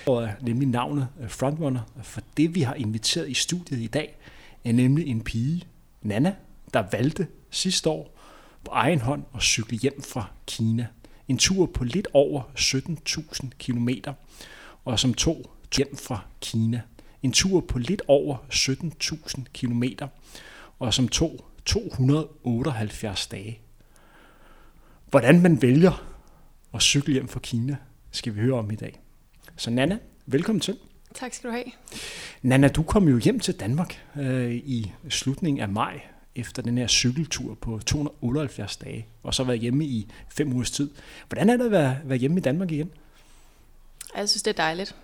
Og nemlig navnet Frontrunner, for det vi har inviteret i studiet i dag, er nemlig en pige, Nanna, der valgte sidste år på egen hånd at cykle hjem fra Kina. En tur på lidt over 17.000 kilometer, og som tog hjem fra Kina. En tur på lidt over 17.000 kilometer, og som tog 278 dage. Hvordan man vælger at cykle hjem fra Kina, skal vi høre om i dag. Så Nanna, velkommen til. Tak skal du have. Nanna, du kom jo hjem til Danmark i slutningen af maj, efter den her cykeltur på 278 dage, og så været hjemme i 5 ugers tid. Hvordan er det at være hjemme i Danmark igen? Jeg synes, det er dejligt.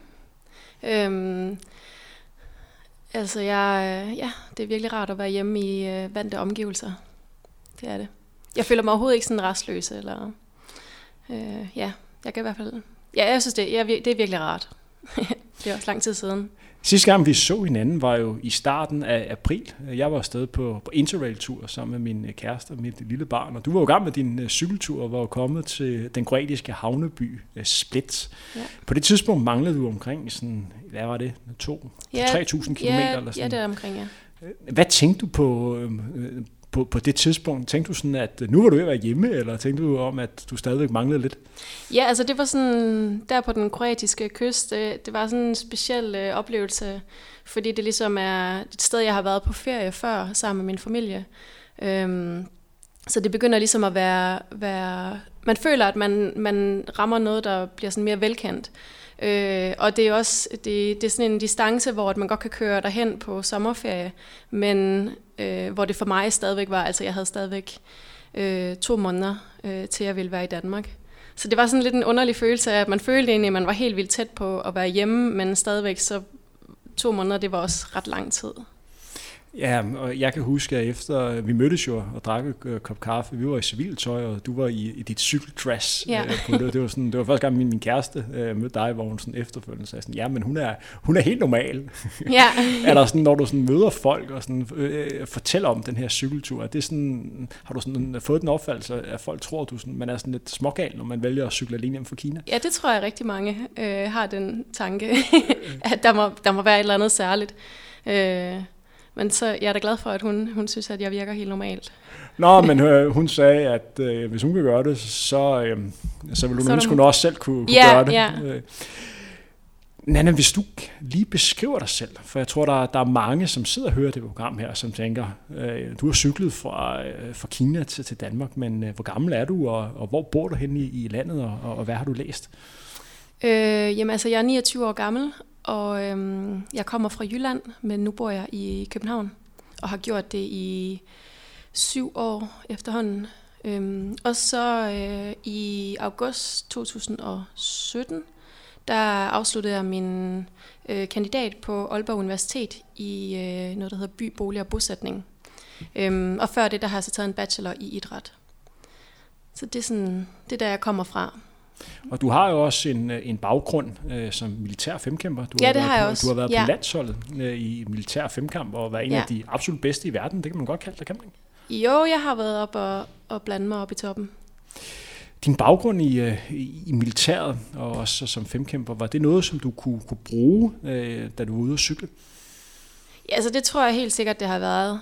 Det er virkelig rart at være hjemme i vante omgivelser. Det er det. Jeg føler mig overhovedet ikke sådan rastløs, eller jeg kan i hvert fald. Ja, jeg synes det er virkelig rart. Det er også lang tid siden. Sidste gang vi så hinanden var jo i starten af april. Jeg var afsted på interrail-tur sammen med min kæreste og mit lille barn, og du var jo i gang med din cykeltur og var jo kommet til den kroatiske havneby Split. Ja. På det tidspunkt manglede du omkring sådan, hvad var det, 2-3.000 kilometer eller sådan. Ja, det er omkring, ja. Hvad tænkte du på det tidspunkt? Tænkte du sådan, at nu var du ved at være hjemme, eller tænkte du om, at du stadigvæk manglede lidt? Ja, altså det var sådan, der på den kroatiske kyst, det var sådan en speciel oplevelse, fordi det ligesom er et sted, jeg har været på ferie før, sammen med min familie. Så det begynder ligesom at være man føler, at man rammer noget, der bliver sådan mere velkendt. Og det er også det er sådan en distance, hvor man godt kan køre derhen på sommerferie, men hvor det for mig stadigvæk var, altså jeg havde stadigvæk 2 måneder til jeg ville være i Danmark. Så det var sådan lidt en underlig følelse af, at man følte egentlig, at man var helt vildt tæt på at være hjemme, men stadigvæk så 2 måneder, det var også ret lang tid. Ja, og jeg kan huske, at efter vi mødtes jo og drak et kop kaffe, vi var i civiltøj, og du var i dit cykeldress. Ja. Det var første gang, min kæreste mødte dig, hvor hun sådan efterfølgende sagde sådan, ja, men hun er helt normal. Ja. Er der sådan, når du sådan møder folk og sådan, fortæller om den her cykeltur, er det sådan, har du sådan fået den opfattelse, at folk tror, at man er sådan lidt smågal, når man vælger at cykle alene hjem fra Kina? Ja, det tror jeg rigtig mange har den tanke, at der må være et eller andet særligt. Men så jeg er da glad for, at hun synes, at jeg virker helt normalt. Nå, men hun sagde, at hvis hun kan gøre det, så ville hun ønske, hun også selv kunne gøre det. Ja. Nanna, hvis du lige beskriver dig selv, for jeg tror, der er mange, som sidder og hører det program her, som tænker, du har cyklet fra Kina til Danmark, men hvor gammel er du, og hvor bor du henne i landet, og hvad har du læst? Jamen altså, jeg er 29 år gammel, og jeg kommer fra Jylland, men nu bor jeg i København, og har gjort det i 7 år efterhånden. Og så i august 2017, der afsluttede jeg min kandidat på Aalborg Universitet i noget, der hedder By, Bolig og Bosætning. Og før det, der har jeg så taget en bachelor i idræt. Så det er sådan, det er der, jeg kommer fra. Og du har jo også en baggrund som militær femkæmper. Du har været på landsholdet i militær femkamp og været en af de absolut bedste i verden. Det kan man godt kalde dig, kan man ikke? Jo, jeg har været op og blande mig op i toppen. Din baggrund i militæret og også som femkæmper, var det noget, som du kunne bruge, da du var ude at cykle? Ja, altså det tror jeg helt sikkert, det har været.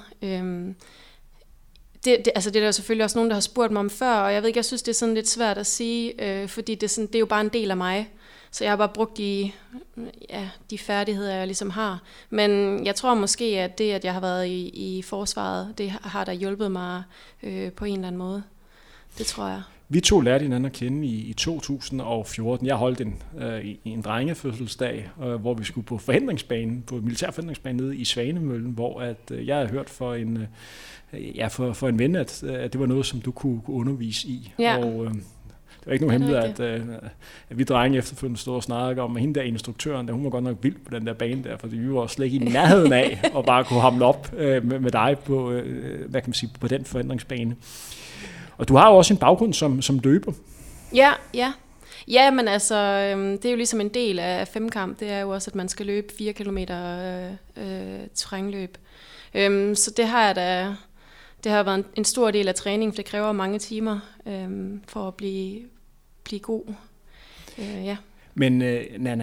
Det er der jo selvfølgelig også nogen, der har spurgt mig om før, og jeg ved ikke, jeg synes, det er sådan lidt svært at sige, fordi det er jo bare en del af mig. Så jeg har bare brugt de færdigheder, jeg ligesom har. Men jeg tror måske, at det, at jeg har været i forsvaret, det har der hjulpet mig på en eller anden måde. Det tror jeg. Vi to lærte hinanden at kende i 2014. Jeg holdt en drengefødselsdag, hvor vi skulle på militær forhindringsbane nede i Svanemøllen, hvor at jeg havde hørt for en ven, at det var noget, som du kunne undervise i. Ja. Og det var ikke nogen hemmelighed, at vi drenge efterfølgende stod og snakkede om, at hende der instruktøren, hun var godt nok vild på den der bane der, fordi vi var slet ikke i nærheden af at bare kunne hamle op med dig på, hvad kan man sige, på den forhindringsbane. Og du har jo også en baggrund som løber. Ja. Ja, men altså, det er jo ligesom en del af femkamp. Det er jo også, at man skal løbe 4 kilometer terrænløb. Så det har jeg da. Det har været en stor del af træningen, for det kræver mange timer for at blive god. Ja. Men Nanna,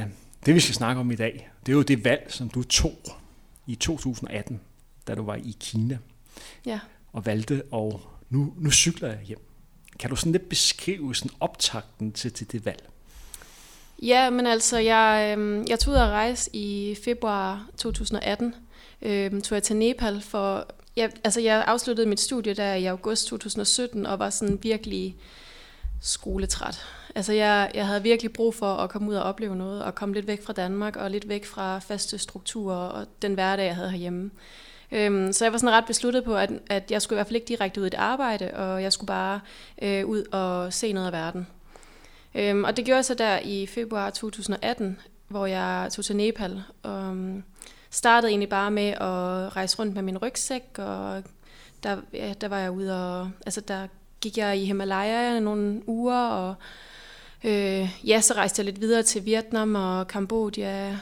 Det vi skal snakke om i dag, det er jo det valg, som du tog i 2018, da du var i Kina. Ja. Og valgte, og nu cykler jeg hjem. Kan du sådan lidt beskrive sådan optakten til det valg? Ja, men altså, jeg tog ud at rejse i februar 2018. Tog jeg til Nepal for... Jeg afsluttede mit studie der i august 2017, og var sådan virkelig skoletræt. Altså, jeg havde virkelig brug for at komme ud og opleve noget, og komme lidt væk fra Danmark, og lidt væk fra faste strukturer, og den hverdag, jeg havde herhjemme. Så jeg var sådan ret besluttet på, at jeg skulle i hvert fald ikke direkte ud i et arbejde, og jeg skulle bare ud og se noget af verden. Og det gjorde jeg så der i februar 2018, hvor jeg tog til Nepal, og startede egentlig bare med at rejse rundt med min rygsæk, og der var jeg ude og... Altså, der gik jeg i Himalaya nogle uger, og så rejste jeg lidt videre til Vietnam og Kambodja.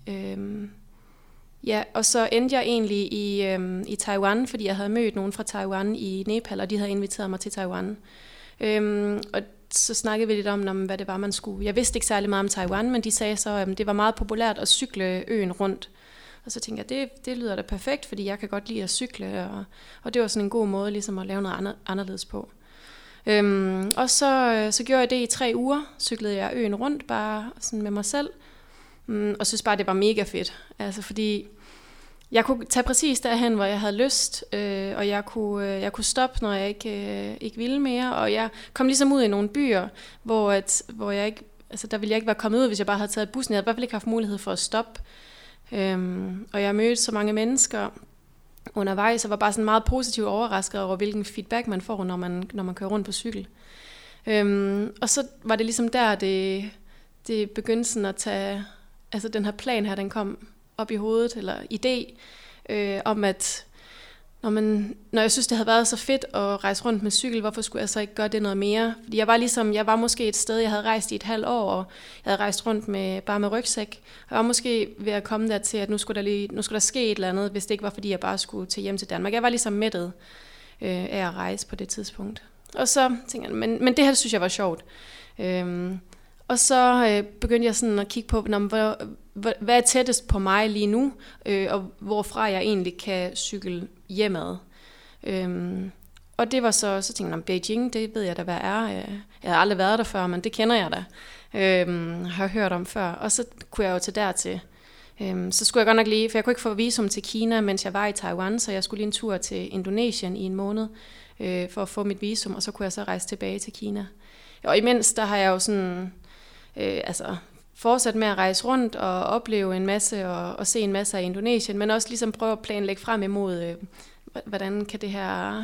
Og så endte jeg egentlig i Taiwan, fordi jeg havde mødt nogen fra Taiwan i Nepal, og de havde inviteret mig til Taiwan. Og så snakkede vi lidt om, hvad det var, man skulle. Jeg vidste ikke særlig meget om Taiwan, men de sagde så, at det var meget populært at cykle øen rundt. Og så tænkte jeg, det lyder da perfekt, fordi jeg kan godt lide at cykle, og det var sådan en god måde ligesom at lave noget anderledes på. Og så gjorde jeg det i 3 uger, cyklede jeg øen rundt bare sådan med mig selv, og synes bare, det var mega fedt. Altså fordi jeg kunne tage præcis derhen, hvor jeg havde lyst, og jeg kunne stoppe, når jeg ikke ville mere, og jeg kom ligesom ud i nogle byer, hvor jeg ikke, altså der ville jeg ikke være kommet ud, hvis jeg bare havde taget bussen. Jeg havde i hvert fald ikke haft mulighed for at stoppe. Og jeg mødte så mange mennesker undervejs, og var bare sådan meget positivt overrasket over, hvilken feedback man får, når man kører rundt på cykel. Og så var det ligesom der, det begyndte sådan at tage, altså den her plan her, den kom op i hovedet, eller idé, om at når jeg synes, det havde været så fedt at rejse rundt med cykel, hvorfor skulle jeg så ikke gøre det noget mere? Fordi jeg var måske et sted, jeg havde rejst i et halvt år, og jeg havde rejst rundt bare med rygsæk. Og jeg var måske ved at komme der til, at nu skulle der ske et eller andet, hvis det ikke var, fordi jeg bare skulle til hjem til Danmark. Jeg var ligesom mættet af at rejse på det tidspunkt. Og så tænkte jeg, men det her synes jeg var sjovt. Og så begyndte jeg sådan at kigge på, hvad er tættest på mig lige nu, og hvorfra jeg egentlig kan cykle hjemad. Og det var så tænkte jeg, Beijing, det ved jeg da, hvad er. Jeg har aldrig været der før, men det kender jeg da. Har hørt om før. Og så kunne jeg jo tage dertil. Så skulle jeg godt nok lige, for jeg kunne ikke få visum til Kina, mens jeg var i Taiwan, så jeg skulle lige en tur til Indonesien i en måned, for at få mit visum, og så kunne jeg så rejse tilbage til Kina. Og imens, der har jeg jo sådan, fortsat med at rejse rundt og opleve en masse og se en masse af Indonesien, men også ligesom prøve at planlægge frem imod, hvordan kan det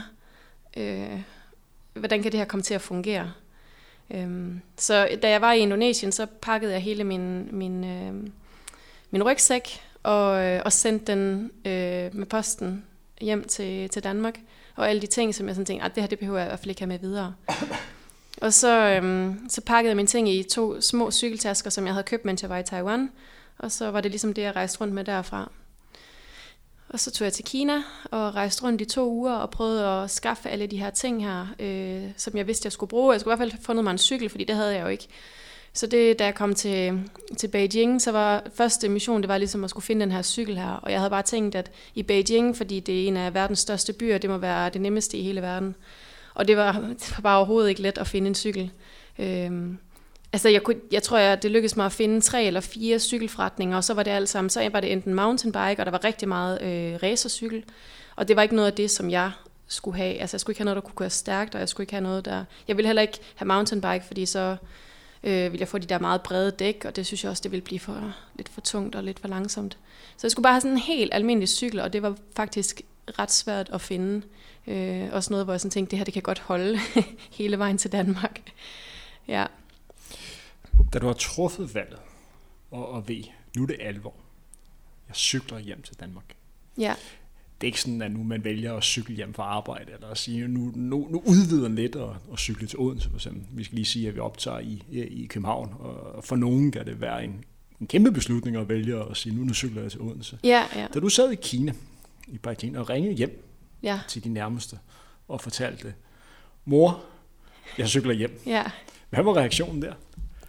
her komme til at fungere. Så da jeg var i Indonesien, så pakkede jeg hele min rygsæk og sendte den med posten hjem til Danmark, og alle de ting, som jeg sådan tænkte, det her det behøver jeg i hvert fald ikke have med videre. Og så pakkede jeg mine ting i 2 små cykeltasker, som jeg havde købt, mens jeg var i Taiwan. Og så var det ligesom det, jeg rejste rundt med derfra. Og så tog jeg til Kina og rejste rundt i 2 uger og prøvede at skaffe alle de her ting her, som jeg vidste, jeg skulle bruge. Jeg skulle i hvert fald have fundet mig en cykel, fordi det havde jeg jo ikke. Så da jeg kom til Beijing, så var første mission, det var ligesom at skulle finde den her cykel her. Og jeg havde bare tænkt, at i Beijing, fordi det er en af verdens største byer, det må være det nemmeste i hele verden. Og det var bare overhovedet ikke let at finde en cykel. Jeg tror, det lykkedes mig at finde 3 eller 4 cykelforretninger, og så var det alt sammen. Så var det enten mountainbike, og der var rigtig meget racercykel. Og det var ikke noget af det, som jeg skulle have. Altså, jeg skulle ikke have noget, der kunne køre stærkt, og jeg skulle ikke have noget, der... Jeg ville heller ikke have mountainbike, fordi så ville jeg få de der meget brede dæk, og det synes jeg også, det ville blive lidt for tungt og lidt for langsomt. Så jeg skulle bare have sådan en helt almindelig cykel, og det var faktisk ret svært at finde. Også noget, hvor jeg sådan tænkte, det her det kan godt holde hele vejen til Danmark. Ja. Da du har truffet valget og ved, nu er det alvor, jeg cykler hjem til Danmark. Ja. Det er ikke sådan, at nu man vælger at cykle hjem fra arbejde, eller at sige, nu udvider lidt og cykle til Odense for eksempel. Vi skal lige sige, at vi optager i København, og for nogen kan det være en kæmpe beslutning at vælge at sige, nu cykler jeg til Odense. Ja. Da du sad i Kina, i Beijing, og ringede hjem til de nærmeste og fortalte, mor, jeg cykler hjem. Ja. Hvad var reaktionen der?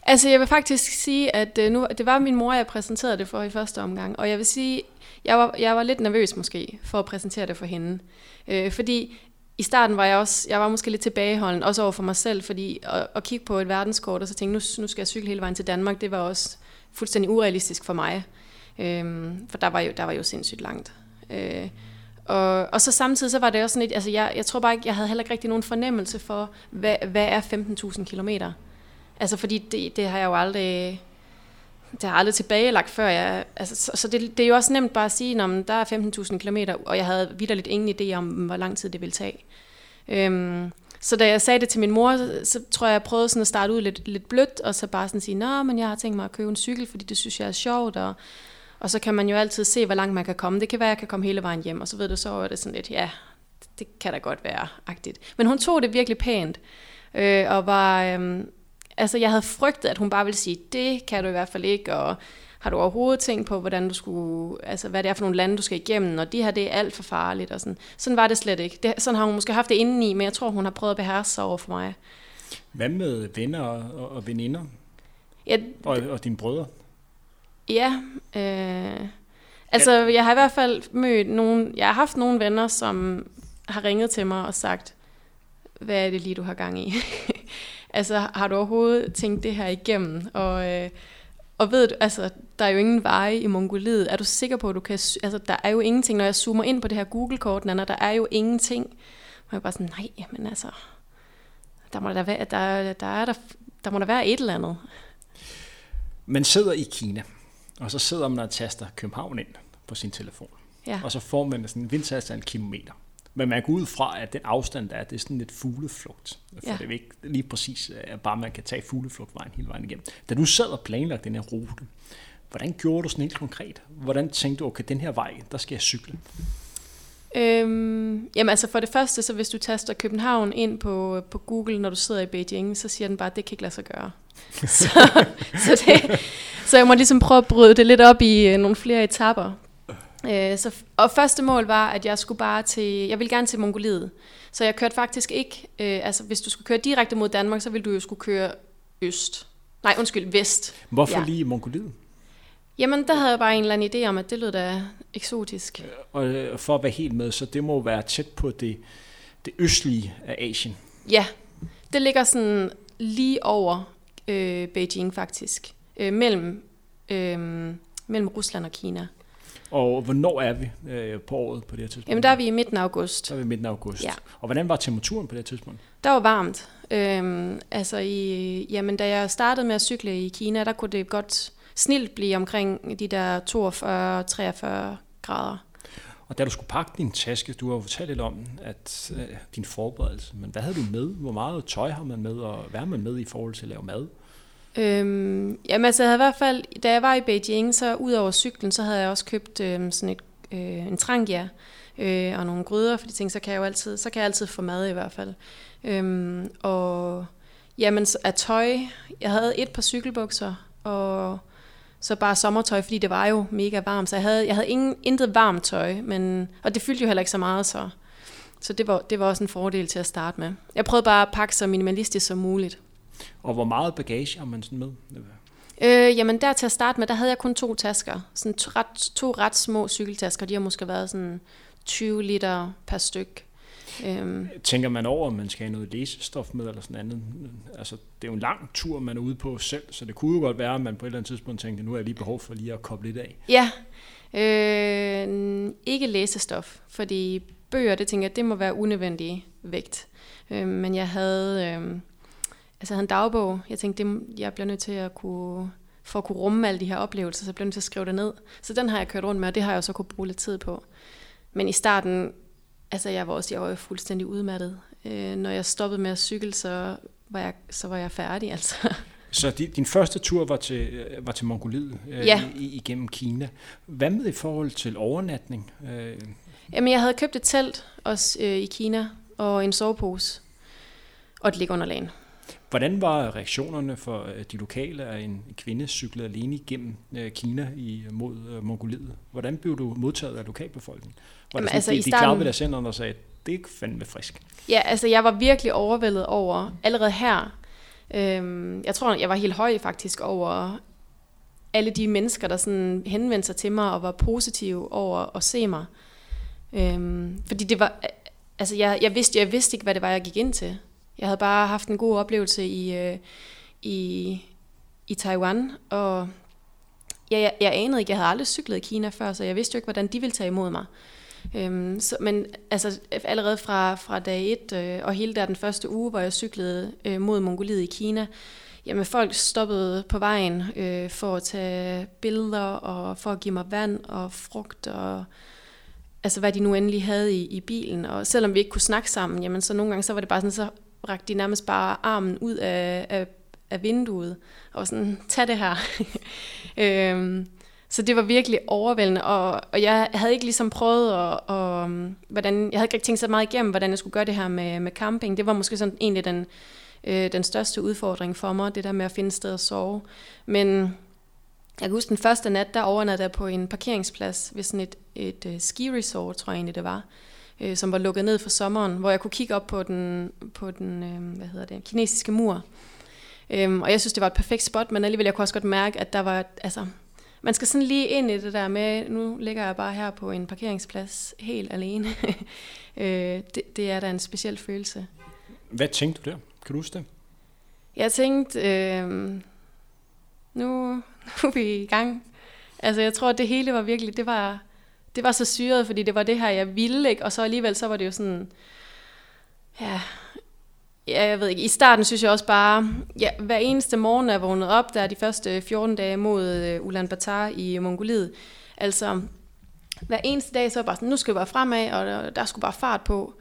Altså, jeg vil faktisk sige, at det var min mor, jeg præsenterede det for i første omgang. Og jeg vil sige, jeg var lidt nervøs måske for at præsentere det for hende. Fordi i starten var jeg var måske lidt tilbageholden, også over for mig selv, fordi at kigge på et verdenskort, og så tænke, nu skal jeg cykle hele vejen til Danmark, det var også fuldstændig urealistisk for mig. For der var jo sindssygt langt. Og så samtidig så var det også sådan lidt, altså jeg tror bare ikke, jeg havde heller ikke rigtig nogen fornemmelse for, hvad er 15.000 kilometer. Altså fordi det har jeg jo aldrig, det har jeg aldrig tilbagelagt før. Så det er jo også nemt bare at sige, at der er 15.000 kilometer, og jeg havde vitterligt ingen idé om, hvor lang tid det ville tage. Så da jeg sagde det til min mor, så tror jeg prøvede sådan at starte ud lidt blødt, og så bare sådan sige, men jeg har tænkt mig at købe en cykel, fordi det synes jeg er sjovt, og så kan man jo altid se, hvor langt man kan komme. Det kan være, at jeg kan komme hele vejen hjem, og så ved du, så er det sådan lidt, ja, det kan da godt være agtigt. Men hun tog det virkelig pænt, og var, altså jeg havde frygtet, at hun bare ville sige, det kan du i hvert fald ikke, og har du overhovedet tænkt på, hvordan du skulle, altså hvad det er for nogle lande, du skal igennem, og det her, det er alt for farligt, og sådan. Sådan var det slet ikke. Sådan har hun måske haft det indeni, men jeg tror, hun har prøvet at beherske sig over for mig. Hvad med venner og veninder? Ja, og dine brødre? Ja, altså jeg har i hvert fald mødt jeg har haft nogle venner, som har ringet til mig og sagt, hvad er det lige, du har gang i? Altså har du overhovedet tænkt det her igennem? Og ved du, altså der er jo ingen veje i Mongoliet. Er du sikker på, at du kan, altså der er jo ingenting, når jeg zoomer ind på det her Google-kort, Nanna, der er jo ingenting. Og jeg bare sådan, nej, men altså, der må der være et eller andet. Man sidder i Kina, og så sidder man og taster København ind på sin telefon. Ja. Og så får man sådan en vindtast af 1 kilometer. Men man går ud fra, at den afstand, der er, det er sådan lidt fugleflugt. For det er ikke lige præcis, at bare man kan tage fugleflugtvejen hele vejen igennem. Da du sad og planlagde den her rute, hvordan gjorde du sådan helt konkret? Hvordan tænkte du, okay, den her vej, der skal jeg cykle? Jamen altså for det første, så hvis du taster København ind på Google, når du sidder i Beijing, så siger den bare, at det kan ikke lade sig gøre. Så jeg må ligesom prøve at bryde det lidt op i nogle flere etaper. Og første mål var, at jeg ville gerne til Mongoliet. Så jeg kørte faktisk ikke, altså hvis du skulle køre direkte mod Danmark, så ville du jo skulle køre vest. Hvorfor lige Mongoliet? Jamen, der havde jeg bare en eller anden idé om, at det lød da eksotisk. Og for at være helt med, så det må være tæt på det østlige af Asien. Ja, det ligger sådan lige over Beijing faktisk. Mellem Rusland og Kina. Og hvornår er vi på året på det her tidspunkt? Jamen, der er vi i midten af august. Ja. Og hvordan var temperaturen på det her tidspunkt? Der var varmt. Da jeg startede med at cykle i Kina, der kunne det godt snilt blive omkring de der 42-43 grader. Og da du skulle pakke din taske, du har jo fortalt lidt om, at din forberedelse, men hvad havde du med? Hvor meget tøj har man med, og hvad har man med i forhold til at lave mad? Jamen altså, jeg havde i hvert fald, da jeg var i Beijing, så ud over cyklen, så havde jeg også købt sådan en trangia og nogle gryder, fordi jeg tænkte, så kan jeg altid få mad i hvert fald. Og jamen, af tøj, jeg havde et par cykelbukser, og så bare sommertøj, fordi det var jo mega varmt, så jeg havde intet varmt tøj, og det fyldte jo heller ikke så meget, så det var også en fordel til at starte med. Jeg prøvede bare at pakke så minimalistisk som muligt. Og hvor meget bagage har man sådan med? Jamen der til at starte med, der havde jeg kun 2 tasker. Sådan to ret små cykeltasker. De har måske været sådan 20 liter per styk. Tænker man over, om man skal have noget læsestof med eller sådan andet? Altså, det er jo en lang tur, man er ude på selv, så det kunne jo godt være, at man på et eller andet tidspunkt tænkte, nu har jeg lige behov for lige at koble lidt af. Ja, ikke læsestof, fordi bøger, det tænker jeg, det må være unødvendig vægt. Men jeg havde en dagbog. Jeg tænkte, jeg bliver nødt til for at kunne rumme alle de her oplevelser, så jeg bliver nødt til at skrive det ned. Så den har jeg kørt rundt med, og det har jeg jo så kunne bruge lidt tid på. Men i starten, altså jeg var jo fuldstændig udmattet. Når jeg stoppede med at cykle, så var jeg færdig, altså. Så din første tur var til Mongoliet igennem Kina. Hvad med i forhold til overnatning? Jamen, jeg havde købt et telt også i Kina, og en sovepose, og et ligunderlag. Hvordan var reaktionerne for de lokale, at en kvinde cyklede alene igennem Kina mod Mongoliet? Hvordan blev du modtaget af lokalbefolkningen? Var det sådan, de klarede ved deres hænder og sagde, det er fandme frisk? Ja, altså jeg var virkelig overvældet over allerede her. Jeg tror, jeg var helt høj faktisk over alle de mennesker, der sådan henvendte sig til mig og var positive over at se mig. Fordi det var, altså jeg vidste ikke, hvad det var, jeg gik ind til. Jeg havde bare haft en god oplevelse i Taiwan, og jeg anede ikke, jeg havde aldrig cyklet i Kina før, så jeg vidste jo ikke, hvordan de ville tage imod mig. Men altså, allerede fra dag 1 og hele der den første uge, hvor jeg cyklede mod Mongoliet i Kina, jamen folk stoppede på vejen for at tage billeder og for at give mig vand og frugt og altså hvad de nu endelig havde i bilen. Og selvom vi ikke kunne snakke sammen, jamen så nogle gange så var det bare sådan, så rakte de nærmest bare armen ud af vinduet og sådan, tag det her. Så det var virkelig overvældende, og jeg havde ikke ligesom prøvet jeg havde ikke tænkt så meget igennem, hvordan jeg skulle gøre det her med camping. Det var måske sådan egentlig den største udfordring for mig, det der med at finde et sted at sove. Men jeg kan huske den første nat, der overnattede jeg på en parkeringsplads ved sådan et ski-resort, tror jeg egentlig det var, som var lukket ned for sommeren, hvor jeg kunne kigge op på den kinesiske mur. Og jeg synes, det var et perfekt spot, men alligevel jeg kunne også godt mærke, at der var, altså, man skal sådan lige ind i det der med, nu ligger jeg bare her på en parkeringsplads helt alene. Det er da en speciel følelse. Hvad tænkte du der? Kan du huske det? Jeg tænkte, nu er vi i gang. Altså jeg tror, at det hele var virkelig, det var så syret, fordi det var det her, jeg ville, ikke? Og så alligevel, så var det jo sådan, ja, jeg ved ikke, i starten synes jeg også bare, hver eneste morgen er jeg vågnet op, der er de første 14 dage mod Ulaanbaatar i Mongoliet. Altså, hver eneste dag, så var jeg bare sådan, nu skal jeg bare fremad, og der skulle bare fart på.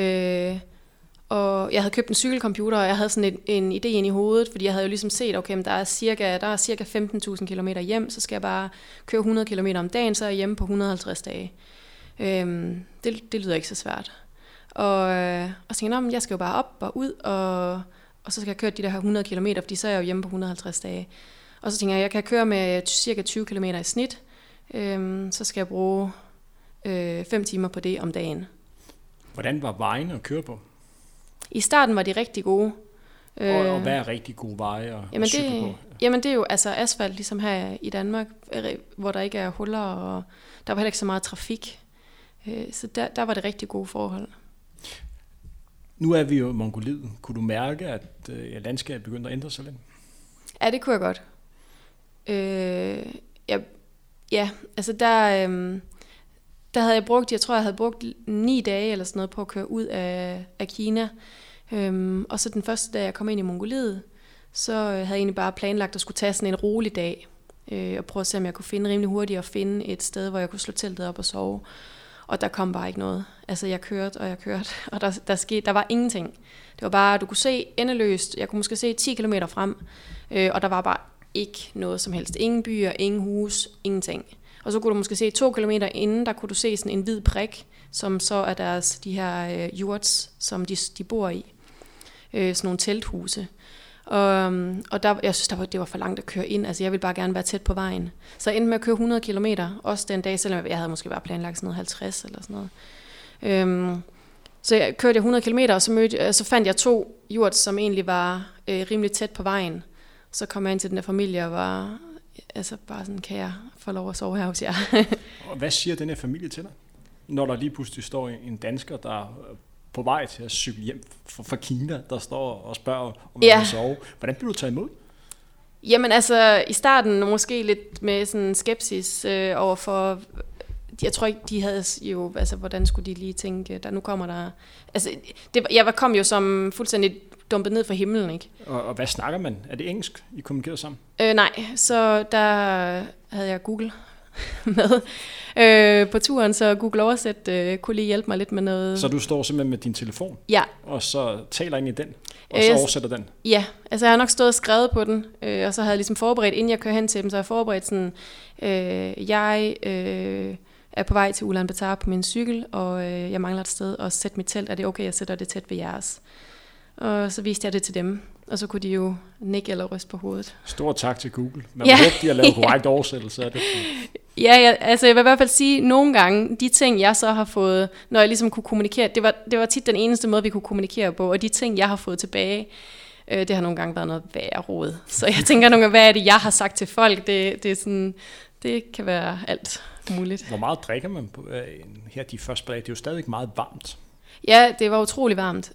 Og jeg havde købt en cykelcomputer, og jeg havde sådan en idé ind i hovedet, fordi jeg havde jo ligesom set, okay, men der er cirka 15.000 kilometer hjem, så skal jeg bare køre 100 kilometer om dagen, så er jeg hjemme på 150 dage. Det lyder ikke så svært. Og så tænkte jeg, jeg skal jo bare op og ud, og så skal jeg køre de der 100 kilometer, fordi så er jeg jo hjemme på 150 dage. Og så tænkte jeg kan køre med cirka 20 kilometer i snit, så skal jeg bruge 5 timer på det om dagen. Hvordan var vejene at køre på? I starten var de rigtig gode. Og hvad er rigtig gode veje at cykle på? Jamen det er jo altså asfalt, ligesom her i Danmark, hvor der ikke er huller, og der var heller ikke så meget trafik. Så der var det rigtig gode forhold. Nu er vi jo i Mongoliet. Kunne du mærke, at landskabet begyndte at ændre sig lidt? Ja, det kunne jeg godt. Altså der havde jeg brugt, jeg tror jeg havde brugt 9 dage eller sådan noget på at køre ud af Kina. Og så den første dag jeg kom ind i Mongoliet, så havde jeg egentlig bare planlagt at skulle tage sådan en rolig dag. Og prøve at se om jeg kunne finde rimelig hurtigt og finde et sted, hvor jeg kunne slå teltet op og sove. Og der kom bare ikke noget. Altså jeg kørte, og der var ingenting. Det var bare, du kunne se endeløst, jeg kunne måske se 10 kilometer frem, og der var bare ikke noget som helst. Ingen byer, ingen hus, ingenting. Og så kunne du måske se 2 kilometer inden, der kunne du se sådan en hvid prik, som så er de her yurts, som de bor i. Sådan nogle telthuse. Og der, jeg synes, det var for langt at køre ind. Altså jeg ville bare gerne være tæt på vejen. Så jeg endte med at køre 100 kilometer, også den dag, selvom jeg havde måske bare planlagt sådan noget 50 eller sådan noget. Så jeg kørte 100 kilometer, og så fandt jeg 2 yurts, som egentlig var rimelig tæt på vejen. Så kom jeg ind til den der familie og var altså bare sådan, kan jeg få lov at sove her hos jer? Og hvad siger den her familie til dig, når der lige pludselig står en dansker, der på vej til at cykle hjem fra Kina, der står og spørger, om man vil sove? Hvordan bliver du taget imod? Jamen altså, i starten måske lidt med sådan skepsis overfor. Jeg tror ikke, de havde jo, altså hvordan skulle de lige tænke, der nu kommer der. Altså, jeg kom jo som fuldstændig dumpet ned fra himlen, ikke? Og hvad snakker man? Er det engelsk, I kommunikerer sammen? Nej, så der havde jeg Google med på turen, så Google Oversæt kunne lige hjælpe mig lidt med noget. Så du står simpelthen med din telefon? Ja. Og så taler ind i den, og så oversætter den? Ja, altså jeg har nok stået og skrevet på den, og så havde jeg ligesom forberedt, inden jeg kører hen til dem, så har jeg forberedt sådan, jeg er på vej til Ulaanbaatar på min cykel, og jeg mangler et sted at sætte mit telt. Er det okay, jeg sætter det tæt ved jeres? Og så viste jeg det til dem, og så kunne de jo nikke eller ryste på hovedet. Stor tak til Google. Man må håbe, de har lavet korrekt oversættelse af det. Altså jeg vil i hvert fald sige, nogle gange, de ting, jeg så har fået, når jeg ligesom kunne kommunikere, det var tit den eneste måde, vi kunne kommunikere på, og de ting, jeg har fået tilbage, Det har nogle gange været noget værre rod. Så jeg tænker nogle gange, hvad er det, jeg har sagt til folk? Det er sådan, det kan være alt muligt. Hvor meget drikker man på, her de første par dage? Det er jo stadig meget varmt. Ja, det var utrolig varmt.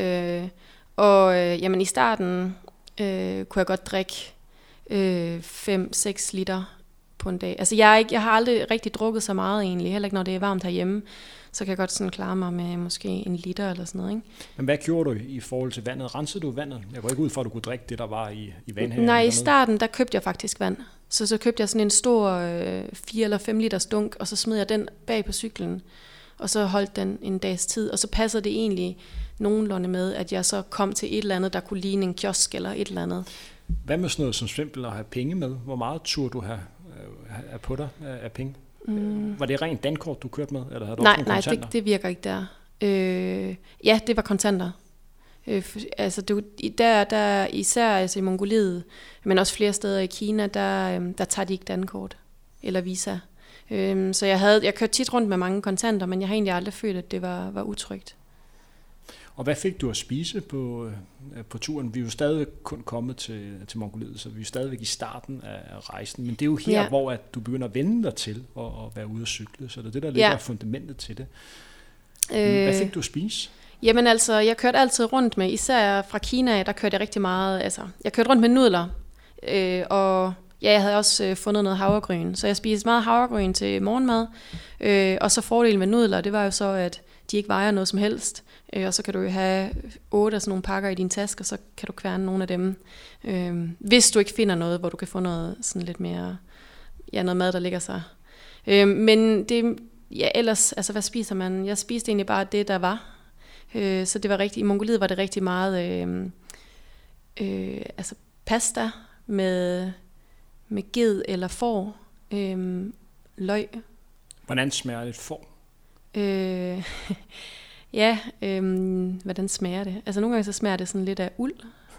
Jamen i starten kunne jeg godt drikke 5-6 liter på en dag. Altså jeg har aldrig rigtig drukket så meget egentlig, heller ikke når det er varmt herhjemme. Så kan jeg godt sådan klare mig med måske 1 liter eller sådan noget, ikke? Men hvad gjorde du i forhold til vandet? Rensede du vandet? Jeg går ikke ud for, at du kunne drikke det, der var i vandhanen. Nej, i starten, der købte jeg faktisk vand. Så købte jeg sådan en stor 4 eller 5 liters dunk, og så smed jeg den bag på cyklen. Og så holdt den en dags tid, og så passede det egentlig nogenlunde med, at jeg så kom til et eller andet, der kunne ligne en kiosk eller et eller andet. Hvad med sådan noget som simpelt at have penge med? Hvor meget turde du have på dig af penge? Var det rent dankort, du kørte med? Eller havde du også nogle kontanter? Nej, det virker ikke der. Ja, det var kontanter. Altså der især altså i Mongoliet, men også flere steder i Kina, der tager de ikke dankort eller visa. Så jeg kørte tit rundt med mange kontanter, men jeg har egentlig aldrig følt, at det var utrygt. Og hvad fik du at spise på turen? Vi er jo stadig kun kommet til Mongoliet, så vi er stadigvæk i starten af rejsen. Men det er jo her, hvor at du begynder at vende dig til at være ude at cykle. Så det er det, der ligger fundamentet til det. Hvad fik du at spise? Jamen altså, jeg kørte altid rundt med, især fra Kina, der kørte jeg rigtig meget. Altså, jeg kørte rundt med nudler, og jeg havde også fundet noget havregryn. Så jeg spiste meget havregryn til morgenmad. Og så fordelen med nudler, det var jo så, at de ikke vejer noget som helst. Og så kan du jo have 8 af sådan nogle pakker i din taske, og så kan du kværne nogle af dem. Hvis du ikke finder noget, hvor du kan få noget sådan lidt mere, noget mad, der ligger sig. Men det, ellers, altså hvad spiser man? Jeg spiste egentlig bare det, der var. Så det var rigtig, i Mongoliet var det rigtig meget altså pasta med ged eller får, løg. Hvordan smager et får? Hvordan smager det? Altså nogle gange så smager det sådan lidt af uld.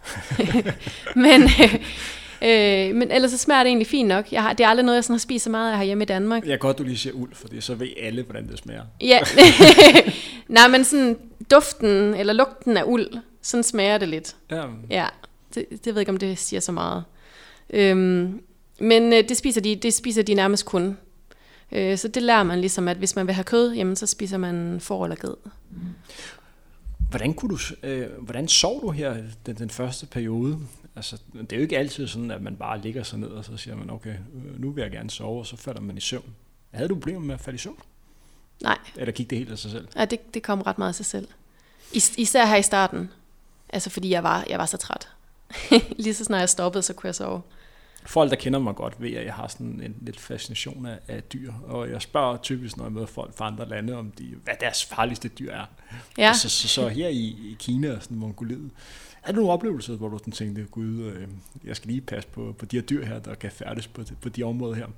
Men ellers så smager det egentlig fint nok. Det er aldrig noget, jeg sådan har spist så meget af herhjemme i Danmark. Jeg kan godt, du lige siger uld, for så ved alle, hvordan det smager. Ja. Nej, men sådan duften eller lugten af uld, sådan smager det lidt. Ja, det ved jeg ikke, om det siger så meget. Men det spiser de nærmest kun. Så det lærer man ligesom, at hvis man vil have kød, jamen så spiser man får eller ged. Hvordan sov du her den første periode? Altså, det er jo ikke altid sådan, at man bare ligger sig ned, og så siger man, okay, nu vil jeg gerne sove, og så falder man i søvn. Havde du problemer med at falde i søvn? Nej. Eller gik det helt af sig selv? Ja, det kom ret meget af sig selv. Især her i starten. Altså, fordi jeg var så træt. Lige så snart jeg stoppede, så kunne jeg sove. Folk, der kender mig godt, ved, at jeg har sådan en lidt fascination af dyr, og jeg spørger typisk, når jeg møder folk fra andre lande, om hvad deres farligste dyr er. Ja. Så her i Kina og sådan Mongoliet, er der nogle oplevelser, hvor du tænkte, gud, jeg skal lige passe på de her dyr her, der kan færdes på de områder her?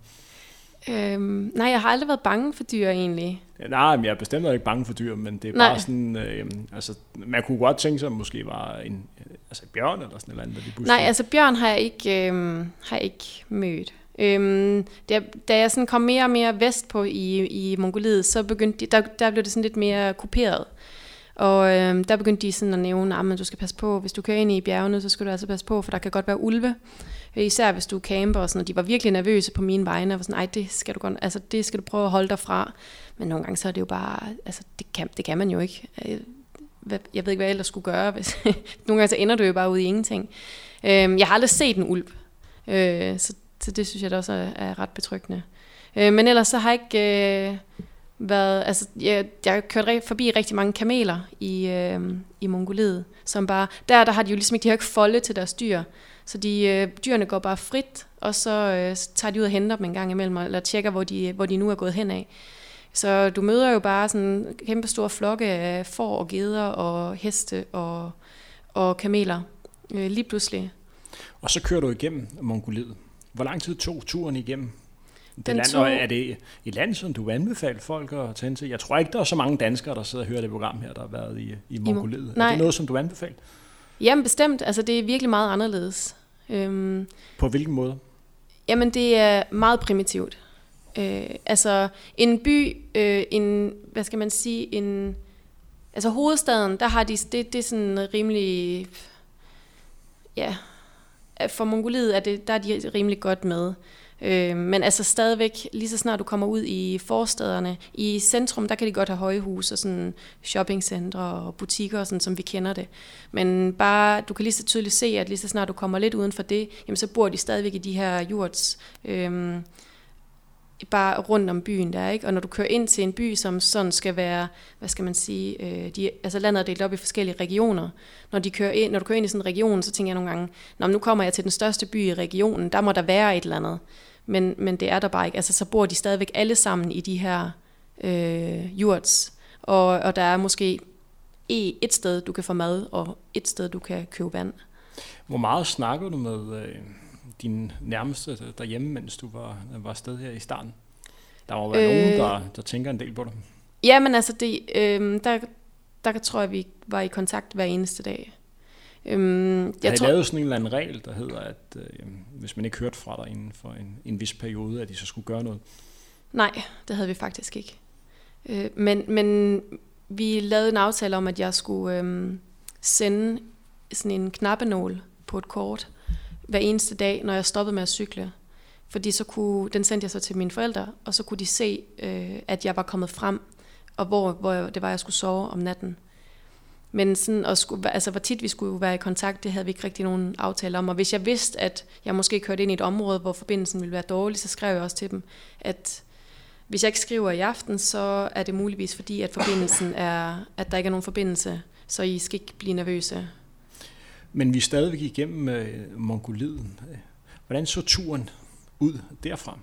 Nej, jeg har aldrig været bange for dyr egentlig. Nej, men jeg er bestemt ikke bange for dyr, men det er bare sådan, altså man kunne godt tænke sig, at måske var en bjørn eller sådan noget andet. Nej, altså bjørn har jeg ikke mødt. Da jeg sådan kom mere og mere vestpå i Mongoliet, så begyndte der blev det sådan lidt mere kuperet. Og der begyndte de sådan at nævne, at du skal passe på, hvis du kører ind i bjergene, så skal du altså passe på, for der kan godt være ulve. Især hvis du camper og sådan, og de var virkelig nervøse på mine vegne, og var sådan, det skal du prøve at holde dig fra. Men nogle gange så er det jo bare, altså det kan man jo ikke. Jeg ved ikke, hvad jeg ellers skulle gøre. Nogle gange så ender du jo bare ude i ingenting. Jeg har aldrig set en ulv, så det synes jeg da også er ret betryggende. Men ellers så har jeg ikke været, altså jeg har kørt forbi rigtig mange kameler i Mongoliet, som bare, der har de jo ligesom ikke, de har ikke folde til deres dyr, så dyrene går bare frit, og så tager de ud og henter dem en gang imellem, eller tjekker, hvor de nu er gået hen af. Så du møder jo bare sådan en kæmpe stor flokke af får og geder og heste og kameler lige pludselig. Og så kører du igennem Mongoliet. Hvor lang tid tog turen igennem det land? Og er det et land, som du anbefaler folk at tage ind til? Jeg tror ikke, der er så mange danskere, der sidder og hører det program her, der har været i Mongoliet. Er det noget, som du anbefaler? Jamen bestemt. Altså det er virkelig meget anderledes. På hvilken måde? Jamen det er meget primitivt. Altså en by, hvad skal man sige, altså hovedstaden, der har de, det er sådan rimelig, ja, for Mongoliet der er de rimelig godt med. Men altså stadigvæk, lige så snart du kommer ud i forstederne, i centrum, der kan de godt have højhus og sådan shoppingcentre og butikker, sådan, som vi kender det. Men bare, du kan lige så tydeligt se, at lige så snart du kommer lidt uden for det, jamen, så bor de stadigvæk i de her yurts, bare rundt om byen der, ikke? Og når du kører ind til en by, som sådan skal være, hvad skal man sige, altså landet er delt op i forskellige regioner. Når du kører ind i sådan en region, så tænker jeg nogle gange, nu kommer jeg til den største by i regionen, der må der være et eller andet. Men det er der bare ikke. Altså så bor de stadigvæk alle sammen i de her yurts, og der er måske et sted, du kan få mad, og et sted, du kan købe vand. Hvor meget snakker du med din nærmeste derhjemme, mens du var afsted her i starten? Der må være nogen, der tænker en del på dig. Ja, men altså, der tror jeg, vi var i kontakt hver eneste dag. Har I lavet sådan en eller anden regel, der hedder, at hvis man ikke hørte fra dig inden for en vis periode, at de så skulle gøre noget? Nej, det havde vi faktisk ikke. Men vi lavede en aftale om, at jeg skulle sende sådan en knappenål på et kort hver eneste dag, når jeg stoppede med at cykle. Fordi den sendte jeg så til mine forældre, og så kunne de se, at jeg var kommet frem, og hvor det var, jeg skulle sove om natten. Men sådan, hvor tit vi skulle være i kontakt, det havde vi ikke rigtig nogen aftale om. Og hvis jeg vidste, at jeg måske kørte ind i et område, hvor forbindelsen ville være dårlig, så skrev jeg også til dem, at hvis jeg ikke skriver i aften, så er det muligvis fordi, at forbindelsen at der ikke er nogen forbindelse, så I skal ikke blive nervøse. Men vi er stadigvæk igennem Mongoliet. Hvordan så turen ud derfra?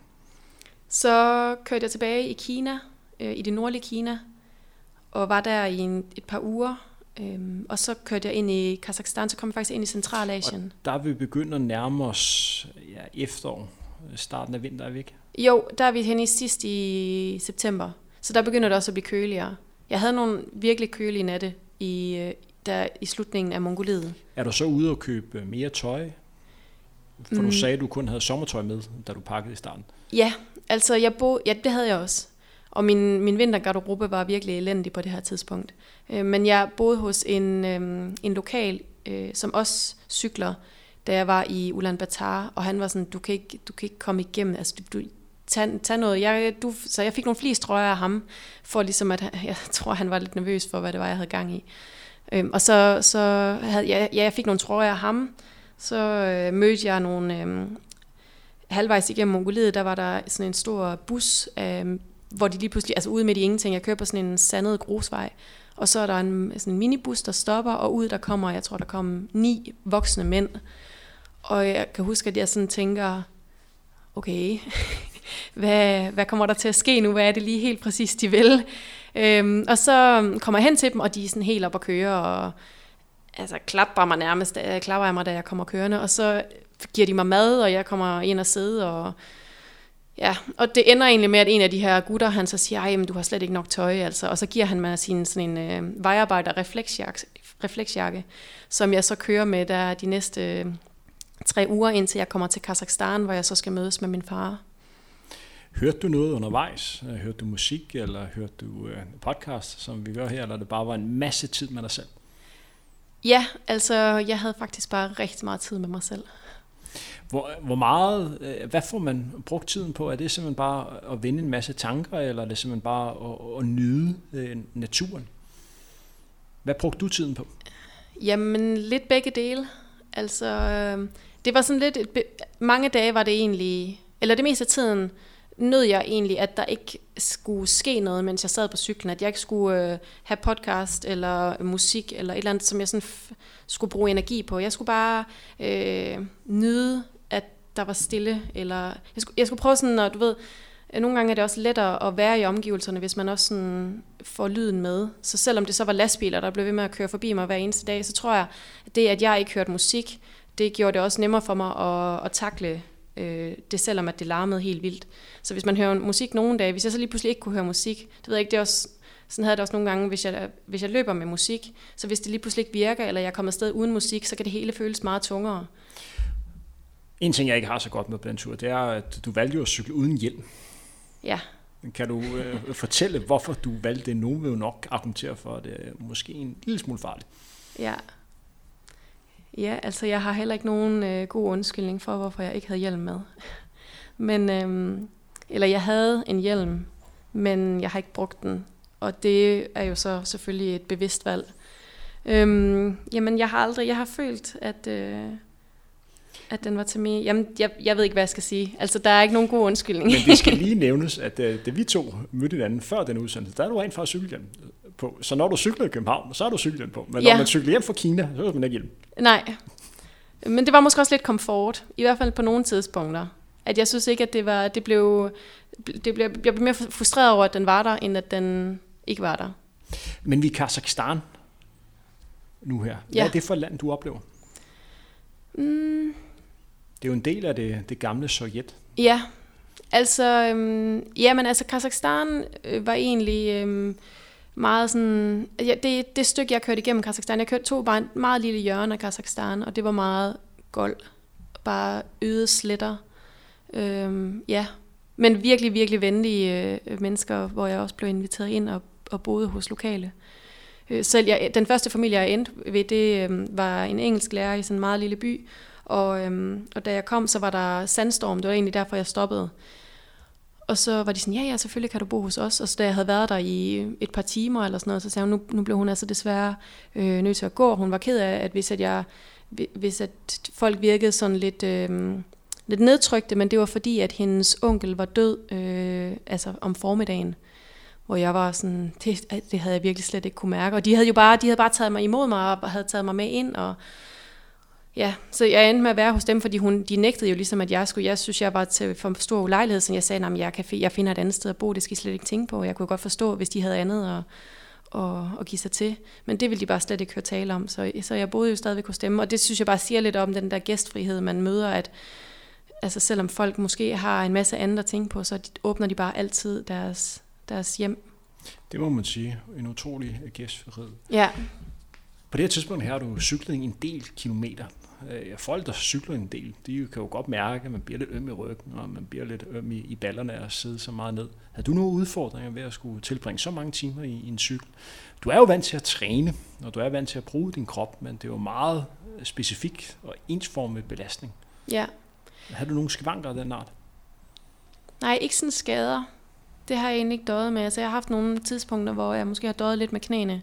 Så kørte jeg tilbage i Kina, i det nordlige Kina, og var der i et par uger. Og så kørte jeg ind i Kazakhstan, så kom jeg faktisk ind i Centralasien. Og der er vi begyndt at nærme os efterår, starten af vinter, er vi ikke? Jo, der er vi henne sidst i september, så der begynder det også at blive køligere. Jeg havde nogle virkelig kølige natte i slutningen af Mongoliet. Er du så ude og købe mere tøj? For du sagde, at du kun havde sommertøj med, da du pakkede i starten. Ja, altså det havde jeg også. Og min vintergarderobe var virkelig elendig på det her tidspunkt. Men jeg boede hos en lokal, som også cykler, da jeg var i Ulaanbaatar, og han var sådan, du kan ikke komme igennem, altså tag noget. Så jeg fik nogle fleecetrøjer af ham, for ligesom at jeg tror, han var lidt nervøs for, hvad det var, jeg havde gang i. Og så havde jeg fik nogle trøjer af ham, så mødte jeg nogle halvvejs igennem Mongoliet, der var der sådan en stor bus, hvor de lige pludselig, altså ude midt i ingenting, jeg kører på sådan en sandet grusvej, og så er der sådan en minibus, der stopper, og ud der kommer, jeg tror der kom 9 voksne mænd, og jeg kan huske, at jeg sådan tænker, okay, hvad kommer der til at ske nu, hvad er det lige helt præcis, de vil? Og så kommer jeg hen til dem, og de er sådan helt op at køre, og altså klapper jeg mig, da jeg kommer kørende, og så giver de mig mad, og jeg kommer ind og sidde, og det ender egentlig med, at en af de her gutter, han så siger, jamen du har slet ikke nok tøj, altså, og så giver han mig sådan en vejarbejder refleksjakke, som jeg så kører med der de næste 3 uger, indtil jeg kommer til Kazakhstan, hvor jeg så skal mødes med min far. Hørte du noget undervejs? Hørte du musik, eller hørte du podcast, som vi gør her, eller det bare var en masse tid med dig selv? Ja, altså jeg havde faktisk bare rigtig meget tid med mig selv. Hvor meget, hvad får man brugt tiden på? Er det simpelthen bare at vende en masse tanker, eller er det simpelthen bare at nyde naturen? Hvad brugte du tiden på? Jamen, lidt begge dele. Altså, det var sådan lidt, mange dage var det egentlig, eller det meste af tiden nød jeg egentlig, at der ikke skulle ske noget, mens jeg sad på cyklen, at jeg ikke skulle have podcast eller musik, eller et eller andet, som jeg sådan skulle bruge energi på. Jeg skulle bare nyde, at der var stille, eller jeg skulle prøve sådan, og du ved, nogle gange er det også lettere at være i omgivelserne, hvis man også sådan får lyden med. Så selvom det så var lastbiler, der blev ved med at køre forbi mig hver eneste dag, så tror jeg, at det, at jeg ikke hørte musik, det gjorde det også nemmere for mig at takle det, selvom at det larmede helt vildt. Så hvis man hører musik nogle dage, hvis jeg så lige pludselig ikke kunne høre musik, det ved jeg ikke, det er også, sådan havde det også nogle gange, hvis jeg løber med musik, så hvis det lige pludselig ikke virker, eller jeg kommer afsted uden musik, så kan det hele føles meget tungere. En ting, jeg ikke har så godt med på den tur, det er, at du valgte at cykle uden hjelm. Ja. Kan du fortælle, hvorfor du valgte det? Nogen vil jo nok argumentere for, at det er måske en lille smule farligt. Ja. Ja, altså jeg har heller ikke nogen god undskyldning for, hvorfor jeg ikke havde hjelm med. Men, eller jeg havde en hjelm, men jeg har ikke brugt den. Og det er jo så selvfølgelig et bevidst valg. Jamen jeg har følt, at den var til mig. Jamen jeg ved ikke, hvad jeg skal sige. Altså der er ikke nogen god undskyldning. Men det skal lige nævnes, at da vi to mødte hinanden før den udsendelse, der er du rent fra cykelhjelm på. Så når du cykler i København, så er du cykelhjelm på. Men når man cykler hjem fra Kina, så er man ikke hjelm. Nej, men det var måske også lidt komfort. I hvert fald på nogle tidspunkter. At jeg synes ikke, at jeg blev mere frustreret over, at den var der, end at den ikke var der. Men vi er i Kazakhstan nu her. Hvad er det for et land, du oplever? Det er jo en del af det gamle Sovjet. Ja, altså, Kazakhstan var egentlig meget sådan... Det stykke, jeg kørte igennem Kazakhstan, tog bare en meget lille hjørne af Kazakhstan, og det var meget gold. Bare øde sletter. Men virkelig, virkelig venlige mennesker, hvor jeg også blev inviteret ind og boede hos lokale. Selv den første familie, jeg endte ved, det var en engelsk lærer i sådan en meget lille by, og da jeg kom, så var der sandstorm. Det var egentlig derfor, jeg stoppede. Og så var de sådan, ja, selvfølgelig kan du bo hos os. Og så da jeg havde været der i et par timer eller sådan noget, så sagde hun, nu blev hun altså desværre nødt til at gå. Hun var ked af, at hvis folk virkede sådan lidt nedtrykte, men det var fordi, at hendes onkel var død om formiddagen. Hvor jeg var sådan, det havde jeg virkelig slet ikke kunne mærke. Og de havde bare taget mig imod mig og havde taget mig med ind. Og ja, så jeg endte med at være hos dem, fordi de nægtede jo ligesom, at jeg synes, jeg var til for stor ulejlighed, så jeg sagde, jeg finder et andet sted at bo, det skal I slet ikke tænke på. Jeg kunne godt forstå, hvis de havde andet at give sig til. Men det ville de bare slet ikke høre tale om. Så jeg boede jo stadigvæk hos dem, og det synes jeg bare siger lidt om den der gæstfrihed, man møder, at altså, selvom folk måske har en masse andet at tænke på, så åbner de bare altid deres hjem. Det må man sige. En utrolig gæstfrihed. Ja. På det her tidspunkt her har du cyklet en del kilometer. Folk, der cykler en del, de kan jo godt mærke, at man bliver lidt øm i ryggen, og man bliver lidt øm i ballerne af at sidde så meget ned. Har du nogle udfordringer ved at skulle tilbringe så mange timer i en cykel? Du er jo vant til at træne, og du er vant til at bruge din krop, men det er jo meget specifik og ensformet belastning. Ja. Har du nogle skavanker af den art? Nej, ikke sådan skader. Det har jeg egentlig ikke døjet med. Altså, jeg har haft nogle tidspunkter, hvor jeg måske har døjet lidt med knæene.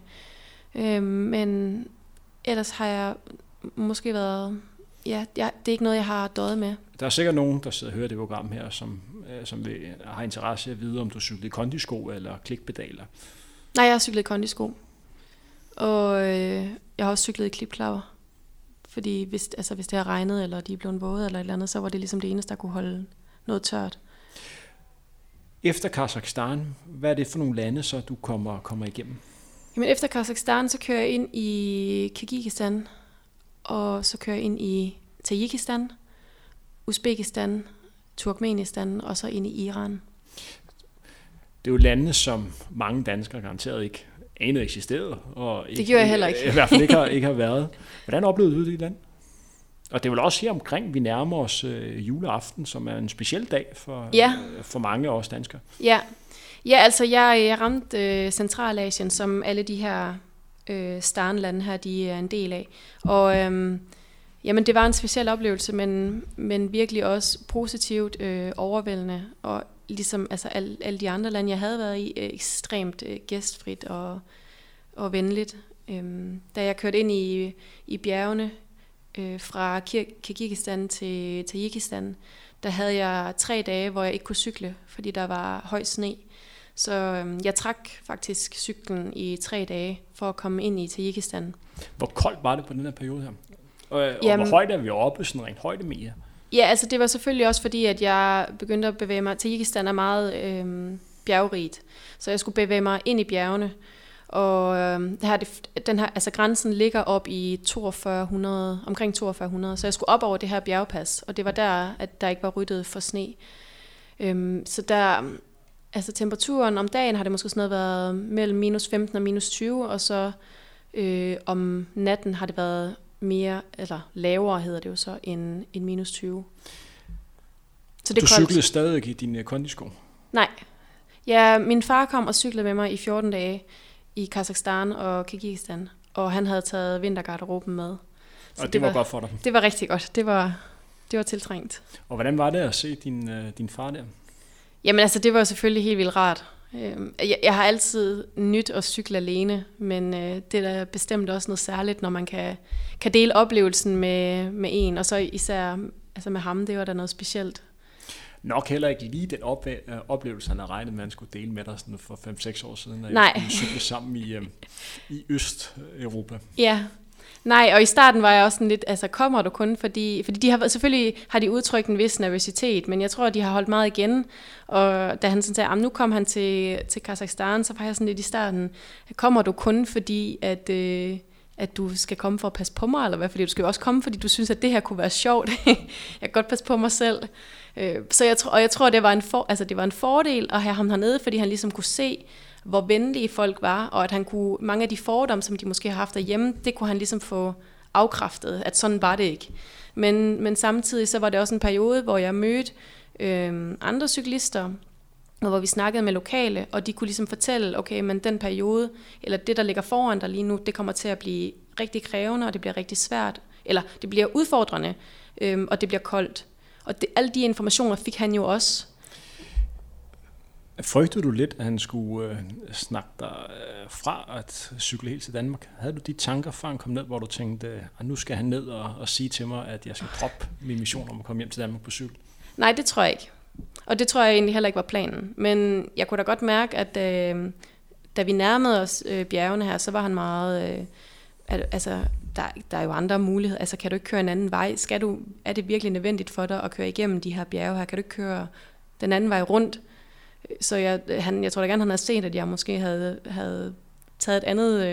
Men ellers har jeg måske været... Ja, det er ikke noget, jeg har døjet med. Der er sikkert nogen, der sidder og hører det program her, som har interesse i at vide, om du cyklede kondisko eller klikpedaler. Nej, jeg har cyklet kondisko. Og jeg har også cyklet i klipklapper. Fordi hvis det har regnet, eller de er blevet våde eller et eller andet, så var det ligesom det eneste, der kunne holde noget tørt. Efter Kazakhstan, hvad er det for nogle lande, så du kommer igennem? Jamen efter Kazakhstan, så kører jeg ind i Kirgisistan, og så kører jeg ind i Tajikistan, Uzbekistan, Turkmenistan og så ind i Iran. Det er jo lande, som mange danskere garanteret ikke anede eksisterede. Og det gjorde jeg heller ikke. I hvert fald ikke har været. Hvordan oplevede du det i land? Og det er vel også her omkring, vi nærmer os juleaften, som er en speciel dag for mange af os danskere. Ja, altså jeg ramte Centralasien, som alle de her Starnlande her, de er en del af. Og jamen, det var en speciel oplevelse, men virkelig også positivt overvældende. Og ligesom altså, alle de andre lande, jeg havde været i, ekstremt gæstfrit og venligt. Da jeg kørte ind i bjergene, fra Kirgisistan til Tajikistan, der havde jeg 3 dage, hvor jeg ikke kunne cykle, fordi der var høj sne. Så jeg trak faktisk cyklen i 3 dage for at komme ind i Tajikistan. Hvor koldt var det på den her periode her? Og hvor højt er vi oppe, sådan rent højdemeter? Ja, altså det var selvfølgelig også fordi, at jeg begyndte at bevæge mig. Tajikistan er meget bjergrigt, så jeg skulle bevæge mig ind i bjergene. Og altså grænsen ligger op i 4200, omkring 4200, så jeg skulle op over det her bjergpas, og det var der, at der ikke var ryddet for sne. Så der, altså temperaturen om dagen har det måske sådan noget været mellem minus 15 og minus 20, og så om natten har det været mere, eller lavere hedder det jo så, end minus 20. Så det du cyklede stadig i dine kondisko? Nej. Ja, min far kom og cyklede med mig i 14 dage, i Kazakhstan og Kirgisistan, og han havde taget vintergarderoben med. Og det var godt for dig? Det var rigtig godt. Det var tiltrængt. Og hvordan var det at se din far der? Jamen altså, det var selvfølgelig helt vildt rart. Jeg har altid nyt at cykle alene, men det er da bestemt også noget særligt, når man kan dele oplevelsen med en, og så især altså med ham, det var da noget specielt. Nok heller ikke lige den oplevelse, han havde regnet med, at han skulle dele med dig sådan for 5-6 år siden, at I cykle sammen i Østeuropa. Ja. Nej, og i starten var jeg også sådan lidt, altså kommer du kun, fordi de har selvfølgelig har de udtrykt en vis nervøsitet, men jeg tror, at de har holdt meget igen, og da han sådan sagde, nu kom han til Kazakhstan, så var jeg sådan lidt i starten, kommer du kun fordi, at du skal komme for at passe på mig, eller hvad, fordi du skal jo også komme, fordi du synes, at det her kunne være sjovt. Jeg kan godt passe på mig selv. Så jeg tror, det var en fordel at have ham hernede, fordi han ligesom kunne se, hvor venlige folk var, og at han kunne, mange af de fordomme, som de måske har haft derhjemme, det kunne han ligesom få afkræftet, at sådan var det ikke. Men samtidig så var det også en periode, hvor jeg mødte andre cyklister, og hvor vi snakkede med lokale, og de kunne ligesom fortælle, okay, men den periode, eller det, der ligger foran dig lige nu, det kommer til at blive rigtig krævende, og det bliver rigtig svært, eller det bliver udfordrende, og det bliver koldt. Og alle de informationer fik han jo også. Frygtede du lidt, at han skulle snakke dig fra at cykle helt til Danmark? Havde du de tanker, før han kom ned, hvor du tænkte, at nu skal han ned og sige til mig, at jeg skal droppe min mission om at komme hjem til Danmark på cykel? Nej, det tror jeg ikke. Og det tror jeg egentlig heller ikke var planen. Men jeg kunne da godt mærke, at da vi nærmede os bjergene her, så var han meget... der er jo andre muligheder. Altså, kan du ikke køre en anden vej? Er det virkelig nødvendigt for dig at køre igennem de her bjerge her? Kan du ikke køre den anden vej rundt? Så jeg tror da gerne, han havde set, at jeg måske havde taget et andet...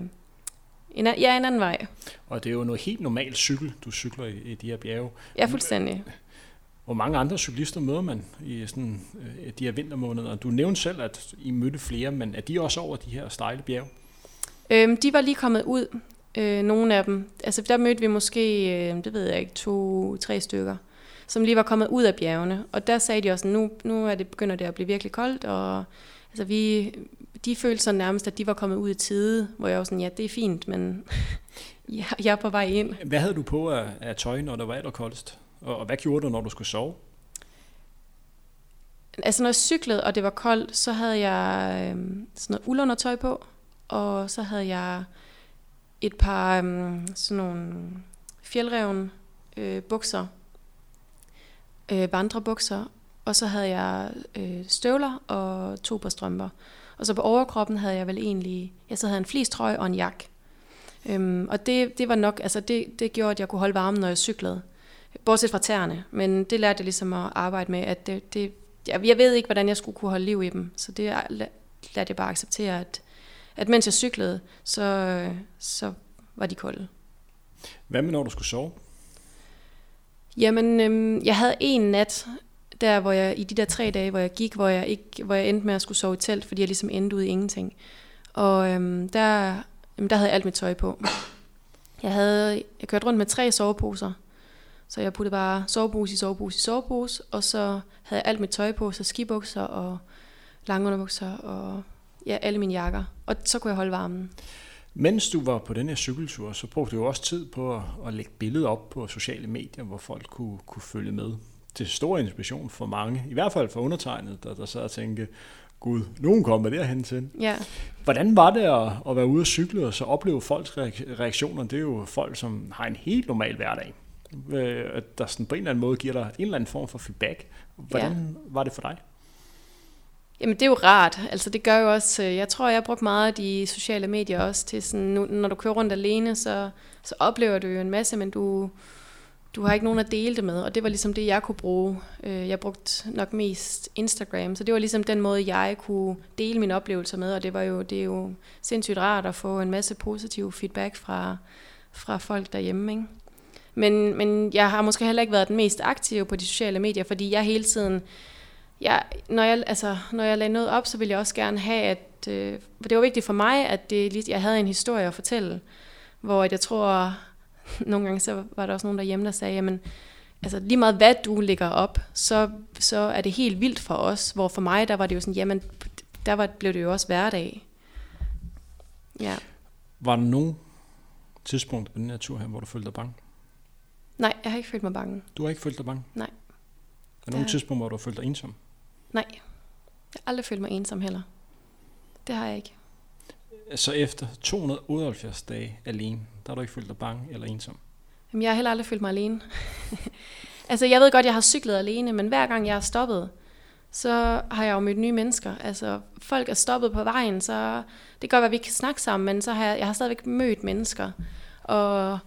en anden vej. Og det er jo noget helt normalt cykel, du cykler i de her bjerge. Ja, fuldstændig. Hvor mange andre cyklister møder man i sådan, de her vintermåneder? Du nævnte selv, at I mødte flere, men er de også over de her stejle bjerge? De var lige kommet ud, nogle af dem. Altså der mødte vi måske, det ved jeg ikke, 2-3 stykker, som lige var kommet ud af bjergene. Og der sagde de også, nu begynder det at blive virkelig koldt, og altså de følte sådan nærmest, at de var kommet ud i tide, hvor jeg var sådan, ja, det er fint, men jeg er på vej ind. Hvad havde du på af tøj, når der var allerkoldest? Og hvad gjorde du, når du skulle sove? Altså når jeg cyklede, og det var koldt, så havde jeg sådan noget uldundertøj på, og så havde jeg et par sådan nogle fjeldrevne bukser, vandrebukser, og så havde jeg støvler og 2 par strømper. Og så på overkroppen havde jeg vel egentlig, så havde jeg en fleecetrøje og en jakke. Og det var nok, altså det gjorde, at jeg kunne holde varmen, når jeg cyklede. Bortset fra tæerne, men det lærte jeg ligesom at arbejde med, at jeg ved ikke, hvordan jeg skulle kunne holde liv i dem, så det lærte jeg bare acceptere, at mens jeg cyklede, så var de kolde. Hvad med, når du skulle sove? Jamen, jeg havde en nat, der hvor jeg, i de der 3 dage, hvor jeg gik, hvor jeg endte med at skulle sove i telt, fordi jeg ligesom endte ud i ingenting. Og der havde jeg alt mit tøj på. Jeg kørte rundt med 3 soveposer, så jeg puttede bare sovepose, og så havde jeg alt mit tøj på, så skibukser og langunderbukser og alle mine jakker. Og så kunne jeg holde varmen. Mens du var på den her cykeltur, så brugte du jo også tid på at lægge billeder op på sociale medier, hvor folk kunne følge med. Til stor inspiration for mange, i hvert fald for undertegnet, der sad og tænkte, gud, nogen kommer derhen til. Ja. Hvordan var det at være ude og cykle og så opleve folks reaktioner? Det er jo folk, som har en helt normal hverdag. Der sådan på en eller anden måde giver dig en eller anden form for feedback. Hvordan var det for dig? Jamen det er jo rart, altså det gør jo også, jeg tror jeg har brugt meget af de sociale medier også til sådan, når du kører rundt alene, så oplever du jo en masse, men du har ikke nogen at dele det med, og det var ligesom det jeg kunne bruge. Jeg brugte nok mest Instagram, så det var ligesom den måde jeg kunne dele mine oplevelser med, og det er jo sindssygt rart at få en masse positiv feedback fra folk derhjemme, ikke? Men jeg har måske heller ikke været den mest aktive på de sociale medier, fordi jeg hele tiden, når jeg lagde noget op, så ville jeg også gerne have, at for det var vigtigt for mig, at jeg havde en historie at fortælle, hvor jeg tror, nogle gange så var der også nogen derhjemme, der sagde, jamen, altså lige meget hvad du lægger op, så er det helt vildt for os, hvor for mig, der var det jo sådan, jamen, blev det jo også hverdag. Ja. Var der nogen tidspunkt på den her tur her, hvor du følte dig bange? Nej, jeg har ikke følt mig bange. Du har ikke følt dig bange? Nej. Er der nogle tidspunkt, hvor du har følt dig ensom? Nej, jeg har aldrig følt mig ensom heller. Det har jeg ikke. Så efter 278 dage alene, der har du ikke følt dig bange eller ensom? Jamen, jeg har heller aldrig følt mig alene. Altså, jeg ved godt, jeg har cyklet alene, men hver gang jeg er stoppet, så har jeg jo mødt nye mennesker. Altså, folk er stoppet på vejen, så det kan godt være, at vi kan snakke sammen, men så har jeg har stadigvæk mødt mennesker. Og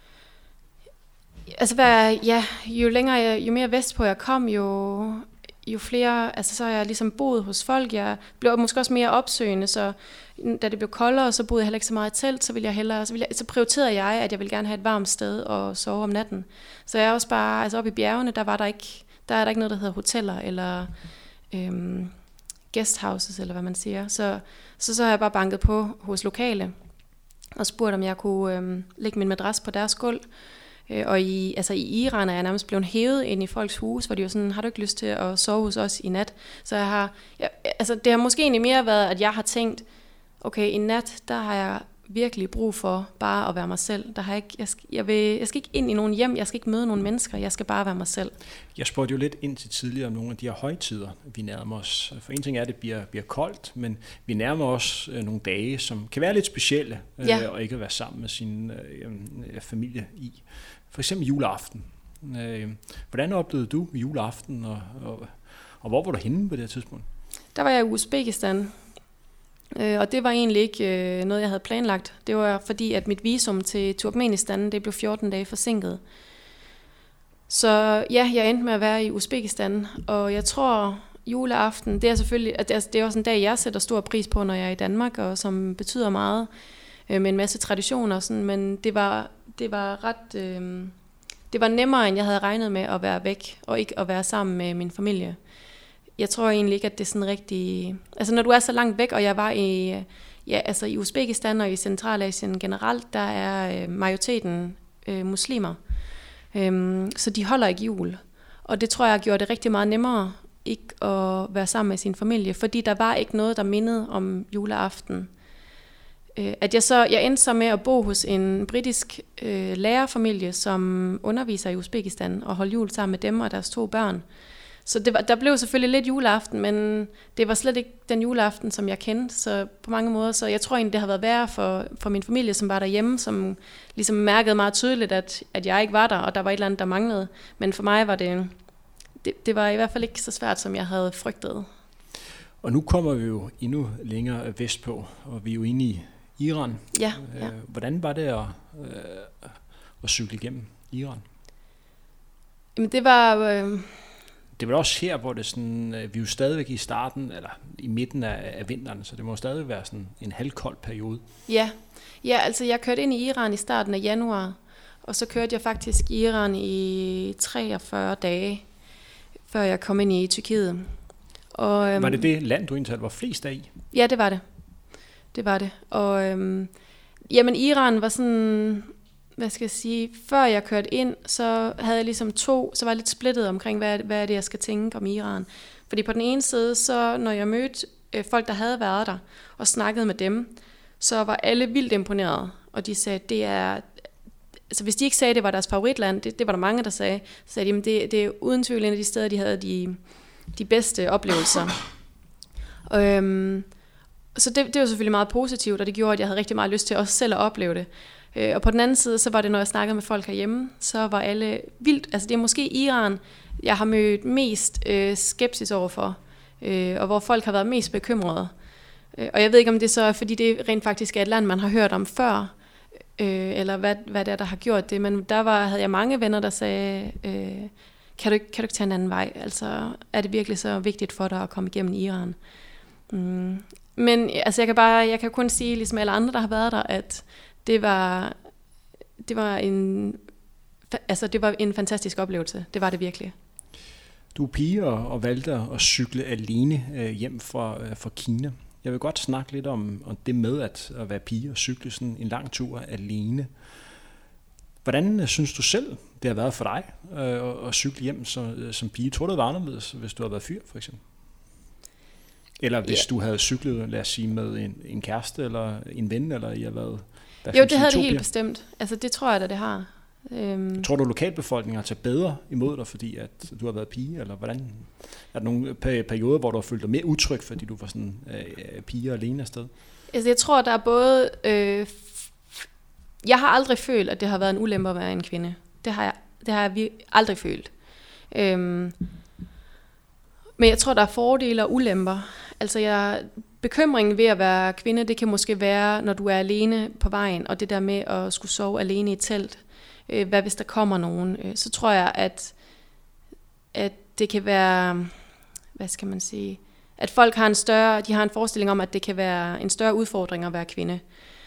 altså, jo mere vestpå jeg kom, jo flere, altså så har jeg ligesom boet hos folk. Jeg blev måske også mere opsøgende, så da det blev koldere, så boede jeg heller ikke så meget i telt, så prioriterede jeg, at jeg ville gerne have et varmt sted og sove om natten. Så jeg er også bare, altså oppe i bjergene, der er der ikke noget, der hedder hoteller, eller guesthouses, eller hvad man siger. Så har jeg bare banket på hos lokale, og spurgt, om jeg kunne lægge min madras på deres gulv. Og i Iran er jeg nærmest blevet hævet ind i folks hus, hvor de jo sådan, har du ikke lyst til at sove hos os i nat? Så det har måske egentlig mere været, at jeg har tænkt, okay, i nat, der har jeg virkelig brug for bare at være mig selv. Jeg skal ikke ind i nogen hjem, jeg skal ikke møde nogen mennesker, jeg skal bare være mig selv. Jeg spurgte jo lidt ind til tidligere om nogle af de her højtider, vi nærmer os. For en ting er, at det bliver koldt, men vi nærmer os nogle dage, som kan være lidt specielle, og ikke at være sammen med sin familie i. For eksempel juleaften. Hvordan oplevede du juleaften, og hvor var du henne på det her tidspunkt? Der var jeg i Uzbekistan, og det var egentlig ikke noget, jeg havde planlagt. Det var fordi, at mit visum til Turkmenistan, det blev 14 dage forsinket. Så ja, jeg endte med at være i Uzbekistan, og jeg tror, juleaften, det er selvfølgelig, at det er også en dag, jeg sætter stor pris på, når jeg er i Danmark, og som betyder meget, med en masse traditioner og sådan, men det var ret, det var nemmere, end jeg havde regnet med at være væk, og ikke at være sammen med min familie. Jeg tror egentlig ikke, at det er sådan rigtig, altså når du er så langt væk, og jeg var i Uzbekistan og i Centralasien generelt, der er majoriteten muslimer, så de holder ikke jul. Og det tror jeg gjorde det rigtig meget nemmere ikke at være sammen med sin familie, fordi der var ikke noget, der mindede om juleaften. Jeg endte så med at bo hos en britisk lærerfamilie, som underviser i Uzbekistan, og holdt jul sammen med dem og deres 2 børn. Så der blev selvfølgelig lidt juleaften, men det var slet ikke den juleaften, som jeg kendte, så på mange måder. Så jeg tror egentlig, det har været værre for min familie, som var derhjemme, som ligesom mærkede meget tydeligt, at jeg ikke var der, og der var et eller andet, der manglede. Men for mig var det var i hvert fald ikke så svært, som jeg havde frygtet. Og nu kommer vi jo endnu længere vestpå, og vi er jo inde i Iran. Ja. Hvordan var det at cykle igennem Iran? Jamen det var... Det var også her, hvor det sådan, vi er jo stadigvæk i starten, eller i midten af vinteren, så det må stadig være sådan en halvkold periode. Ja, altså jeg kørte ind i Iran i starten af januar, og så kørte jeg faktisk i Iran i 43 dage, før jeg kom ind i Tyrkiet. Og, var det land, du indtalte var flest af i? Ja, det var det. Det var det. Og jamen Iran var sådan... Hvad skal jeg sige, før jeg kørte ind, så havde jeg ligesom så var jeg lidt splittet omkring, hvad er det, jeg skal tænke om Iran. Fordi på den ene side, så når jeg mødte folk, der havde været der, og snakkede med dem, så var alle vildt imponerede. Og de sagde, det er, altså hvis de ikke sagde, det var deres favoritland, det var der mange, der sagde, så sagde de, det er uden tvivl en af de steder, de havde de bedste oplevelser. Så det var selvfølgelig meget positivt, og det gjorde, at jeg havde rigtig meget lyst til også selv at opleve det. Og på den anden side, så var det, når jeg snakkede med folk herhjemme, så var alle vildt, altså det er måske Iran, jeg har mødt mest skepsis overfor, og hvor folk har været mest bekymrede. Og jeg ved ikke, om det så er, fordi det rent faktisk er et land, man har hørt om før, eller hvad det er, der har gjort det, men havde jeg mange venner, der sagde, kan du ikke tage en anden vej? Altså, er det virkelig så vigtigt for dig at komme igennem Iran? Men altså, jeg kan kun sige, ligesom alle andre, der har været der, at det var en fantastisk oplevelse. Det var det virkelig. Du er pige og valgte at cykle alene hjem fra Kina. Jeg vil godt snakke lidt om det med at være pige og cykle sådan en lang tur alene. Hvordan synes du selv, det har været for dig at cykle hjem som pige? Tror du, det var anderledes, hvis du havde været fyr, for eksempel? Eller hvis du havde cyklet, lad os sige, med en kæreste eller en ven, eller I har været Jo, det havde det helt bestemt. Altså det tror jeg da, det har. Tror du, lokalbefolkningen har taget bedre imod dig, fordi at du har været pige, eller hvordan? Er der nogle perioder, hvor du har følt dig mere utryg, fordi du var sådan pige og alene afsted? Altså jeg tror, der er både... Jeg har aldrig følt, at det har været en ulempe at være en kvinde. Det har jeg aldrig følt. Men jeg tror, der er fordele og ulemper. Altså bekymringen ved at være kvinde, det kan måske være, når du er alene på vejen, og det der med at skulle sove alene i et telt. Hvad hvis der kommer nogen? Så tror jeg, at det kan være, hvad skal man sige, at folk har de har en forestilling om, at det kan være en større udfordring at være kvinde.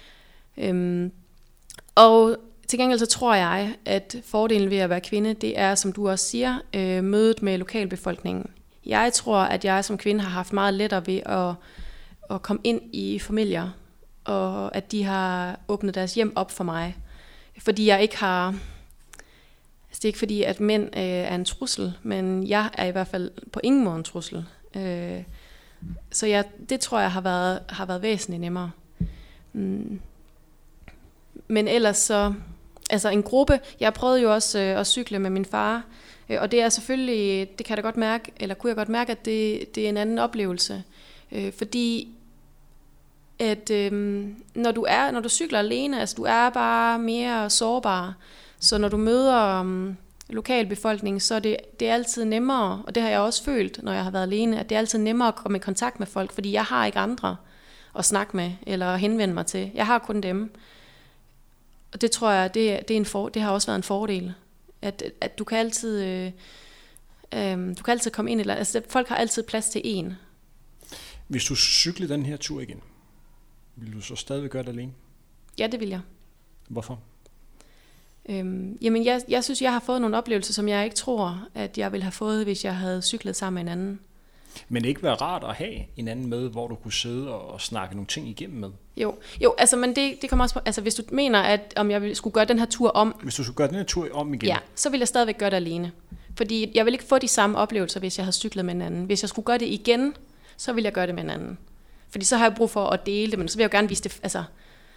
Og til gengæld så tror jeg, at fordelen ved at være kvinde, det er, som du også siger, mødet med lokalbefolkningen. Jeg tror, at jeg som kvinde har haft meget lettere ved at komme ind i familier, og at de har åbnet deres hjem op for mig. Fordi jeg ikke har... Altså det er ikke fordi, at mænd er en trussel, men jeg er i hvert fald på ingen måde en trussel. Så det tror jeg har været væsentligt nemmere. Men ellers så... Altså en gruppe... Jeg prøvede jo også at cykle med min far, og det er selvfølgelig... Det kan jeg da godt mærke, eller kunne jeg godt mærke, at det er en anden oplevelse. Fordi... at når du cykler alene, altså du er bare mere sårbar. Så når du møder lokalbefolkningen, så det er altid nemmere, og det har jeg også følt, når jeg har været alene, at det er altid nemmere at komme i kontakt med folk, fordi jeg har ikke andre at snakke med, eller henvende mig til. Jeg har kun dem. Og det tror jeg, det har også været en fordel. At du kan altid komme ind, altså folk har altid plads til en. Hvis du cykler den her tur igen, vil du så stadig gøre det alene? Ja, det vil jeg. Hvorfor? Jamen, jeg synes, jeg har fået nogle oplevelser, som jeg ikke tror, at jeg ville have fået, hvis jeg havde cyklet sammen med en anden. Men det ikke være rart at have en anden med, hvor du kunne sidde og snakke nogle ting igennem med? Jo, altså, men det kommer også på, altså hvis du mener, at om jeg skulle gøre den her tur om... Hvis du skulle gøre den her tur om igen? Ja, så ville jeg stadigvæk gøre det alene. Fordi jeg ville ikke få de samme oplevelser, hvis jeg havde cyklet med en anden. Hvis jeg skulle gøre det igen, så ville jeg gøre det med en anden. Fordi så har jeg brug for at dele det, men så vil jeg jo gerne vise det, altså,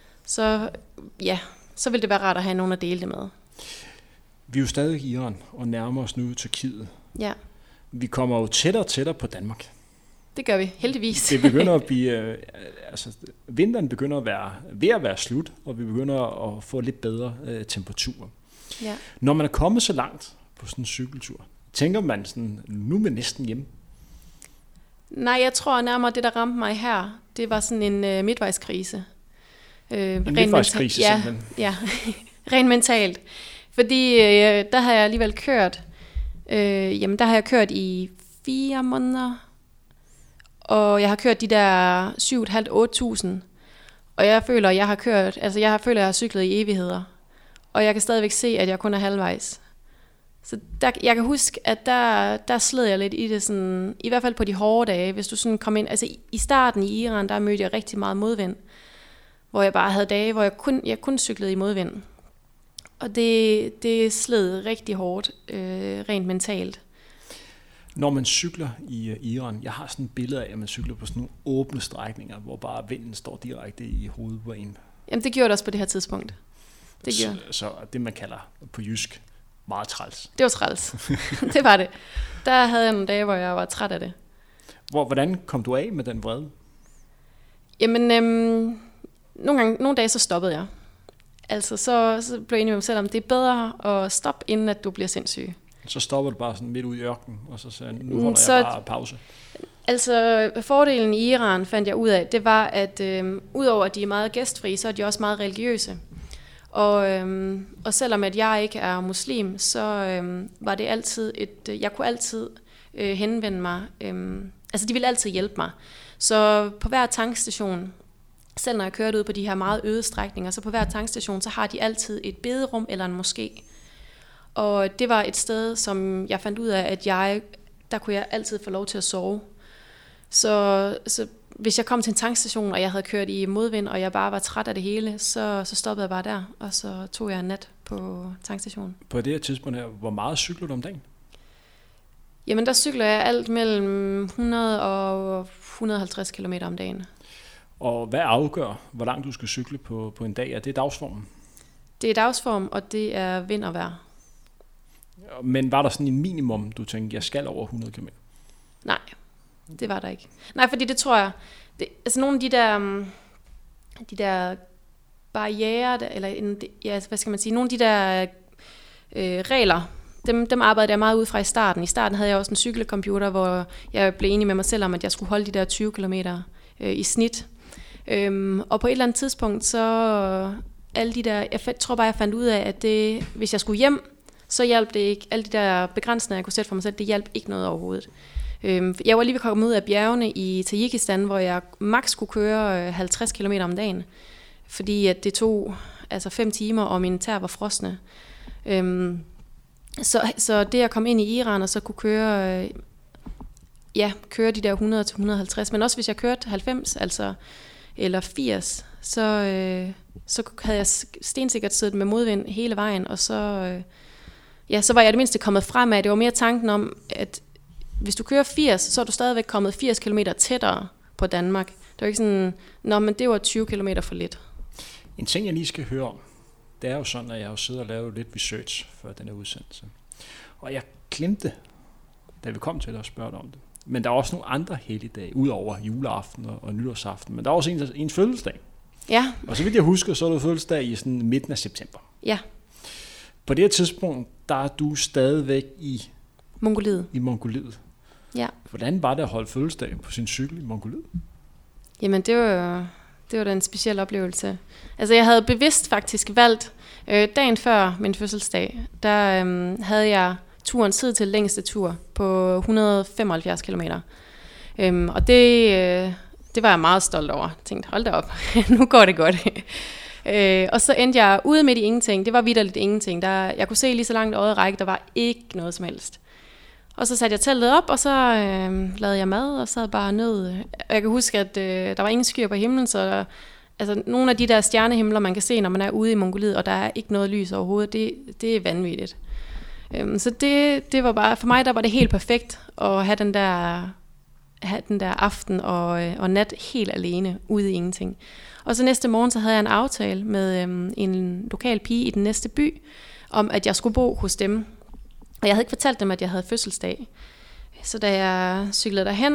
så vil det være rart at have nogen at dele det med. Vi er jo stadig i Iran og nærmer os nu Tyrkiet. Ja. Vi kommer jo tættere og tættere på Danmark. Det gør vi, heldigvis. Det begynder at blive, vinteren begynder at være ved at være slut, og vi begynder at få lidt bedre temperaturer. Ja. Når man er kommet så langt på sådan en cykeltur, tænker man sådan, nu er man næsten hjemme? Nej, jeg tror nærmere, det der ramte mig her, det var sådan en midtvejskrise. En midtvejskrise simpelthen? Ja, rent mentalt. Fordi der har jeg alligevel kørt, i 4 måneder, og jeg har kørt de der 7.500-8.000, og jeg føler, jeg har cyklet i evigheder, og jeg kan stadigvæk se, at jeg kun er halvvejs. Så jeg kan huske, at der sled jeg lidt i det, sådan, i hvert fald på de hårde dage, hvis du sådan kom ind. Altså i starten i Iran, der mødte jeg rigtig meget modvind, hvor jeg bare havde dage, hvor jeg kun cyklede i modvind. Og det sled rigtig hårdt, rent mentalt. Når man cykler i Iran, jeg har sådan et billede af, at man cykler på sådan nogle åbne strækninger, hvor bare vinden står direkte i hovedet på en. Jamen det gjorde det også på det her tidspunkt. Så det man kalder på jysk, meget træls. Det var træls. Det var det. Der havde jeg nogle dage, hvor jeg var træt af det. Hvordan kom du af med den vrede? Jamen, nogle dage så stoppede jeg. Altså, så blev jeg enig med mig selv om, det er bedre at stoppe, inden at du bliver sindssyg. Så stopper du bare sådan midt ude i ørkenen, og så siger nu holder jeg bare pause. Altså, fordelen i Iran, fandt jeg ud af, det var, at udover at de er meget gæstfrie, så er de også meget religiøse. Og selvom at jeg ikke er muslim, så var det altid jeg kunne altid henvende mig. Altså, de ville altid hjælpe mig. Så på hver tankstation, selv når jeg kørte ud på de her meget øde strækninger, så på hver tankstation, så har de altid et bederum eller en moské. Og det var et sted, som jeg fandt ud af, at der kunne jeg altid få lov til at sove. Så hvis jeg kom til en tankstation, og jeg havde kørt i modvind, og jeg bare var træt af det hele, så stoppede jeg bare der, og så tog jeg en nat på tankstationen. På det her tidspunkt her, hvor meget cykler du om dagen? Jamen, der cykler jeg alt mellem 100 og 150 km om dagen. Og hvad afgør, hvor langt du skal cykle på en dag? Er det dagsformen? Det er dagsform, og det er vind og vejr. Men var der sådan en minimum, du tænkte, jeg skal over 100 km? Nej, det var der ikke. Nej, fordi det tror jeg, altså nogle af de der barrierer, hvad skal man sige, nogle af de der regler, dem arbejdede jeg meget ud fra i starten. I starten havde jeg også en cykelcomputer, hvor jeg blev enig med mig selv om, at jeg skulle holde de der 20 km i snit. Og på et eller andet tidspunkt, så alle de der, jeg tror bare, jeg fandt ud af, at det, hvis jeg skulle hjem, så hjalp det ikke. Alle de der begrænsninger, jeg kunne sætte for mig selv, det hjalp ikke noget overhovedet. Jeg var lige ved at komme ud af bjergene i Tajikistan, hvor jeg maks kunne køre 50 km om dagen, fordi at det tog 5 timer, og mine tæer var frosne. Så det at komme ind i Iran, og så kunne køre de der 100-150, men også hvis jeg kørte 90, eller 80, så havde jeg stensikkert siddet med modvind hele vejen, og så var jeg det mindste kommet fremad. Det var mere tanken om, at hvis du kører 80, så er du stadigvæk kommet 80 km tættere på Danmark. Det var ikke sådan, men det var 20 km for lidt. En ting, jeg lige skal høre om, det er jo sådan, at jeg har siddet og lavet lidt research for den her udsendelse. Og jeg glemte, da vi kom til at spørge dig om det. Men der er også nogle andre helligdage, udover juleaften og nytårsaften. Men der er også ens fødselsdag. Ja. Og så vidt jeg husker, så er det fødselsdag i sådan midten af september. Ja. På det her tidspunkt, der er du stadigvæk i Mongoliet. Ja. Hvordan var det at holde fødselsdag på sin cykel i Mongoliet? Jamen, det var da en speciel oplevelse. Altså, jeg havde bevidst faktisk valgt, dagen før min fødselsdag, der havde jeg turen tid til længste tur på 175 km. Og det var jeg meget stolt over. Jeg tænkte, hold da op, nu går det godt. Og så endte jeg ude midt i ingenting. Det var vitterligt ingenting. Jeg kunne se lige så langt øjet række, der var ikke noget som helst. Og så satte jeg teltet op, og så lavede jeg mad, og sad bare ned. Og jeg kan huske, at der var ingen skyer på himlen, så nogle af de der stjernehimler, man kan se, når man er ude i Mongoliet, og der er ikke noget lys overhovedet, det er vanvittigt. Så det var bare, for mig der var det helt perfekt at have den der aften og nat helt alene ude i ingenting. Og så næste morgen, så havde jeg en aftale med en lokal pige i den næste by, om at jeg skulle bo hos dem. Og jeg havde ikke fortalt dem, at jeg havde fødselsdag. Så da jeg cyklede derhen,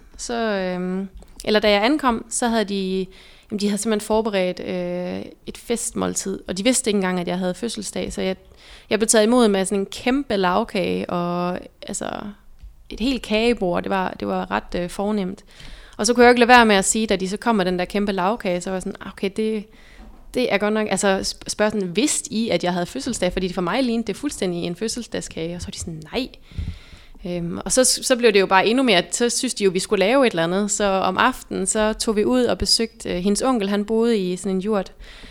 eller da jeg ankom, så havde de havde simpelthen forberedt et festmåltid. Og de vidste ikke engang, at jeg havde fødselsdag. Så jeg blev taget imod med sådan en kæmpe lagkage og et helt kagebord. Det var ret fornemt. Og så kunne jeg ikke lade være med at sige, da de så kom med den der kæmpe lagkage, så var jeg sådan, okay, det er godt nok, spørger sådan, vidste I, at jeg havde fødselsdag? Fordi for mig lignede det fuldstændig en fødselsdagskage, og så var de sådan, nej. Og så blev det jo bare endnu mere, så synes de jo, vi skulle lave et eller andet. Så om aftenen, så tog vi ud og besøgte hendes onkel, han boede i sådan en jurt.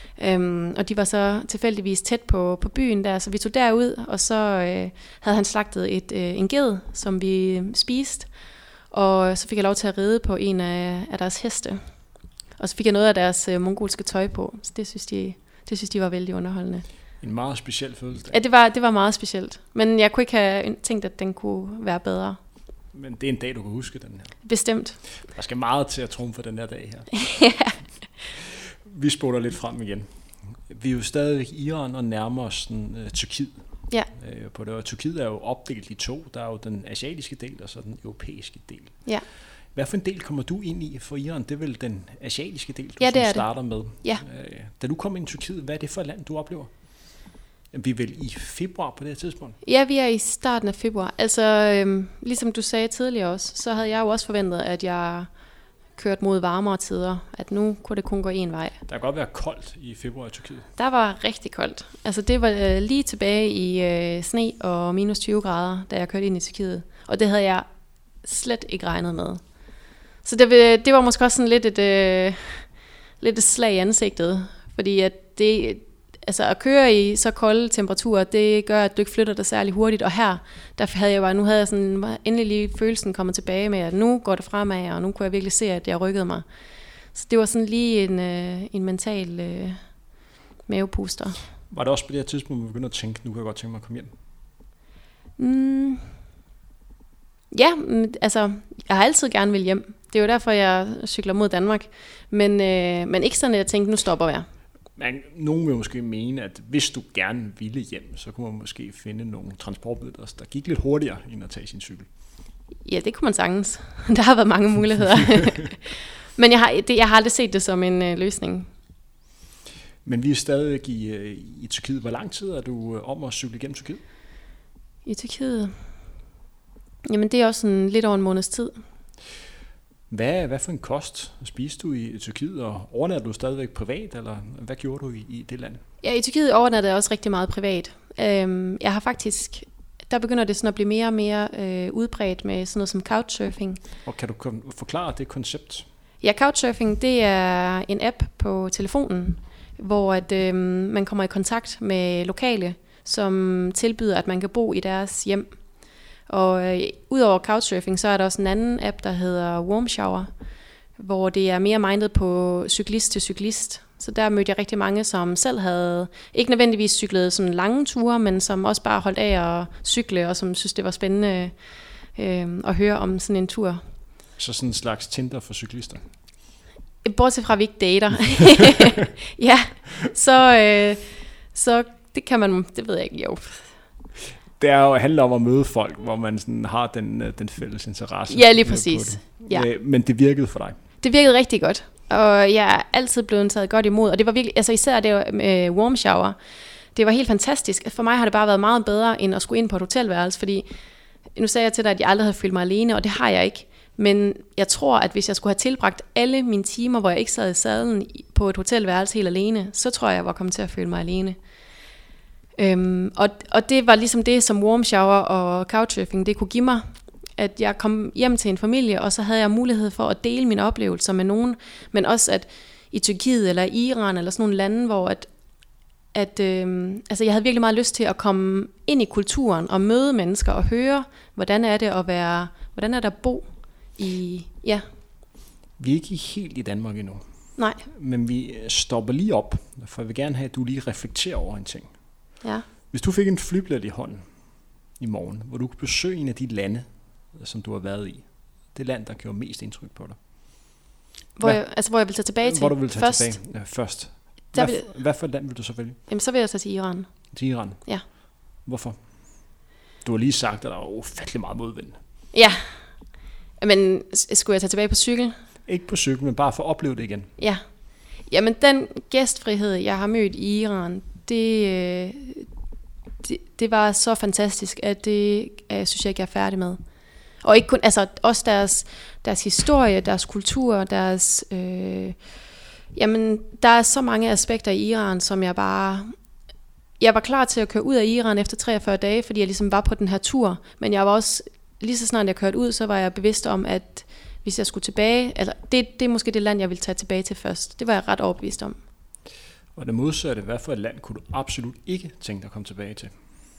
Og de var så tilfældigvis tæt på byen der, så vi tog derud, og så havde han slagtet en ged, som vi spiste. Og så fik jeg lov til at ride på en af deres heste. Og så fik jeg noget af deres mongolske tøj på. Så det synes de var vældig underholdende. En meget speciel fødselsdag. Ja, det var meget specielt. Men jeg kunne ikke have tænkt, at den kunne være bedre. Men det er en dag, du kan huske den her. Bestemt. Der skal meget til at trumfe den her dag her. Ja. Vi spoler lidt frem igen. Vi er jo stadig i Iran og nærmer os Tyrkiet. Ja. Tyrkiet er jo opdelt i to. Der er jo den asiatiske del, og så den europæiske del. Ja. Hvad for en del kommer du ind i for Iran? Det er vel den asiatiske del, du starter med. Ja. Da du kom ind i Tyrkiet, hvad er det for et land, du oplever? Vi er vel i februar på det her tidspunkt? Ja, vi er i starten af februar. Altså, ligesom du sagde tidligere også, så havde jeg jo også forventet, at jeg kørte mod varmere tider. At nu kunne det kun gå en vej. Der kan godt være koldt i februar i Tyrkiet. Der var rigtig koldt. Altså, det var lige tilbage i sne og minus 20 grader, da jeg kørte ind i Tyrkiet. Og det havde jeg slet ikke regnet med. Så det var måske også sådan lidt et slag i ansigtet. Fordi at at køre i så kolde temperaturer, det gør, at du ikke flytter dig særlig hurtigt. Og her, nu havde jeg sådan endelig lige følelsen kommet tilbage med, at nu går det fremad, og nu kunne jeg virkelig se, at jeg rykkede mig. Så det var sådan lige en mental mavepuster. Var det også på det her tidspunkt, hvor vi begyndte at tænke, nu kan jeg godt tænke mig at komme hjem? Ja, altså, jeg har altid gerne vil hjem. Det er jo derfor, jeg cykler mod Danmark. Men ikke sådan, at jeg tænkte, nu stopper jeg. Men nogen vil måske mene, at hvis du gerne ville hjem, så kunne man måske finde nogle transportmidler, der gik lidt hurtigere, end at tage sin cykel. Ja, det kunne man sagtens. Der har været mange muligheder. Men jeg har aldrig set det som en løsning. Men vi er stadig i Tyrkiet. Hvor lang tid er du om at cykle igennem Tyrkiet? I Tyrkiet? Jamen, det er også sådan lidt over en måneds tid. Hvad for en kost spiste du i Tyrkiet, og overnattede du stadigvæk privat, eller hvad gjorde du i det land? Ja, i Tyrkiet overnattede jeg også rigtig meget privat. Jeg har faktisk, der begynder det sådan at blive mere og mere udbredt med sådan noget som couchsurfing. Og kan du forklare det koncept? Ja, couchsurfing, det er en app på telefonen, hvor at, man kommer i kontakt med lokale, som tilbyder, at man kan bo i deres hjem. Og udover couchsurfing, så er der også en anden app, der hedder Warm Shower, hvor det er mere mindet på cyklist til cyklist. Så der mødte jeg rigtig mange, som selv havde ikke nødvendigvis cyklet sådan lange ture, men som også bare holdt af at cykle, og som synes, det var spændende at høre om sådan en tur. Så sådan en slags Tinder for cyklister? Bortset fra, at vi ikke dater. Ja, så det kan man, det ved jeg ikke, jo. Det er jo handler om at møde folk, hvor man sådan har den fælles interesse. Ja, lige præcis. Ja. Men det virkede for dig? Det virkede rigtig godt, og jeg er altid blevet taget godt imod, og det var virkelig, altså især det med warm shower, det var helt fantastisk. For mig har det bare været meget bedre, end at skulle ind på et hotelværelse, fordi nu sagde jeg til dig, at jeg aldrig havde følt mig alene, og det har jeg ikke. Men jeg tror, at hvis jeg skulle have tilbragt alle mine timer, hvor jeg ikke sad i sadlen på et hotelværelse helt alene, så tror jeg var kommet til at føle mig alene. Og det var ligesom det, som warm shower og couchsurfing, det kunne give mig, at jeg kom hjem til en familie, og så havde jeg mulighed for at dele mine oplevelser med nogen, men også at i Tyrkiet eller Iran eller sådan nogle lande, hvor altså jeg havde virkelig meget lyst til at komme ind i kulturen og møde mennesker og høre, hvordan er det at bo i, ja. Vi er ikke helt i Danmark endnu. Nej. Men vi stopper lige op, for jeg vil gerne have, at du lige reflekterer over en ting. Ja. Hvis du fik en flybillet i hånden i morgen, hvor du kunne besøge en af de lande, som du har været i, det land, der gjorde mest indtryk på dig. Hvor jeg vil tage tilbage til? Hvor du vil tage først. tilbage først. Hvad for et land vil du så vælge? Jamen, så vil jeg tage til Iran. Til Iran? Ja. Hvorfor? Du har lige sagt, at der er ufattelig meget modvind. Ja. Men skulle jeg tage tilbage på cykel? Ikke på cykel, men bare for at opleve det igen. Ja. Jamen, den gæstfrihed, jeg har mødt i Iran, det var så fantastisk, at det synes jeg ikke, jeg er færdig med. Og ikke kun, altså også deres historie, deres kultur, deres... jamen, der er så mange aspekter i Iran, som jeg var klar til at køre ud af Iran efter 43 dage, fordi jeg ligesom var på den her tur. Men jeg var også, lige så snart jeg kørte ud, så var jeg bevidst om, at hvis jeg skulle tilbage... Altså, det er måske det land, jeg ville tage tilbage til først. Det var jeg ret overbevist om. Og det modsatte, hvad for et land kunne du absolut ikke tænke dig at komme tilbage til?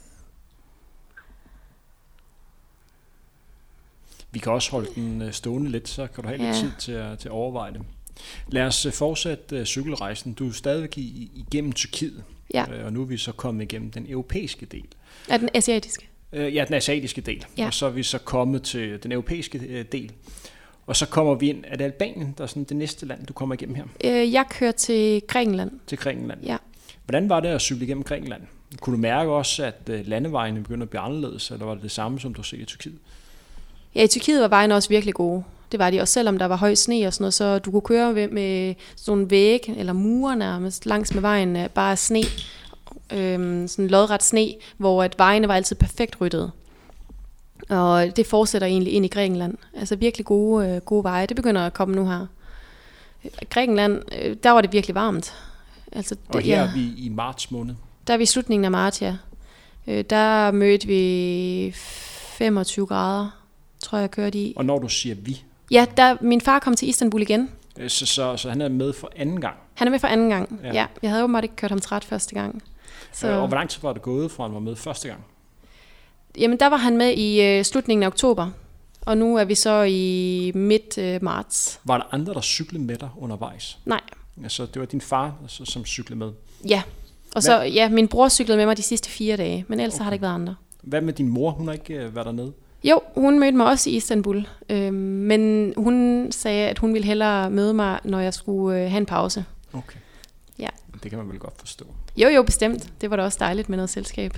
Vi kan også holde den stående lidt, så kan du have lidt tid til at overveje det. Lad os fortsætte cykelrejsen. Du er stadig igennem Tyrkiet, og nu er vi så kommet igennem den europæiske del. Ja, den asiatiske. Ja, den asiatiske del. Ja. Og så er vi så kommet til den europæiske del. Og så kommer vi ind. Er det Albanien, der er sådan det næste land, du kommer igennem her? Jeg kører til Grækenland. Til Grækenland? Ja. Hvordan var det at cykle igennem Grækenland? Kunne du mærke også, at landevejene begyndte at blive anderledes, eller var det det samme, som du ser i Tyrkiet? Ja, i Tyrkiet var vejene også virkelig gode. Det var de også, selvom der var høj sne og sådan noget, så du kunne køre med sådan nogle vægge eller mure nærmest langs med vejen, bare sne, sådan lodret sne, hvor at vejene var altid perfekt ryddet. Og det fortsætter egentlig ind i Grækenland. Altså virkelig gode veje. Det begynder at komme nu her. Grækenland, der var det virkelig varmt. Altså, og her er vi i marts måned? Der er vi i slutningen af marts, ja. Der mødte vi 25 grader, tror jeg kørte i. Og når du siger vi? Ja, min far kom til Istanbul igen. Så han er med for anden gang? Han er med for anden gang, ja. Jeg havde åbenbart ikke kørt ham træt første gang. Så. Og hvor lang tid var det gået, fra han var med første gang? Jamen, der var han med i slutningen af oktober. Og nu er vi så i midt marts. Var der andre, der cyklede med dig undervejs? Nej. Altså, det var din far, som cyklede med? Ja. Og så, min bror cyklede med mig de sidste 4 dage, men ellers har der ikke været andre. Hvad med din mor? Hun har ikke været dernede? Jo, hun mødte mig også i Istanbul, men hun sagde, at hun ville hellere møde mig, når jeg skulle have en pause. Okay. Ja. Det kan man vel godt forstå. Jo, bestemt. Det var da også dejligt med noget selskab.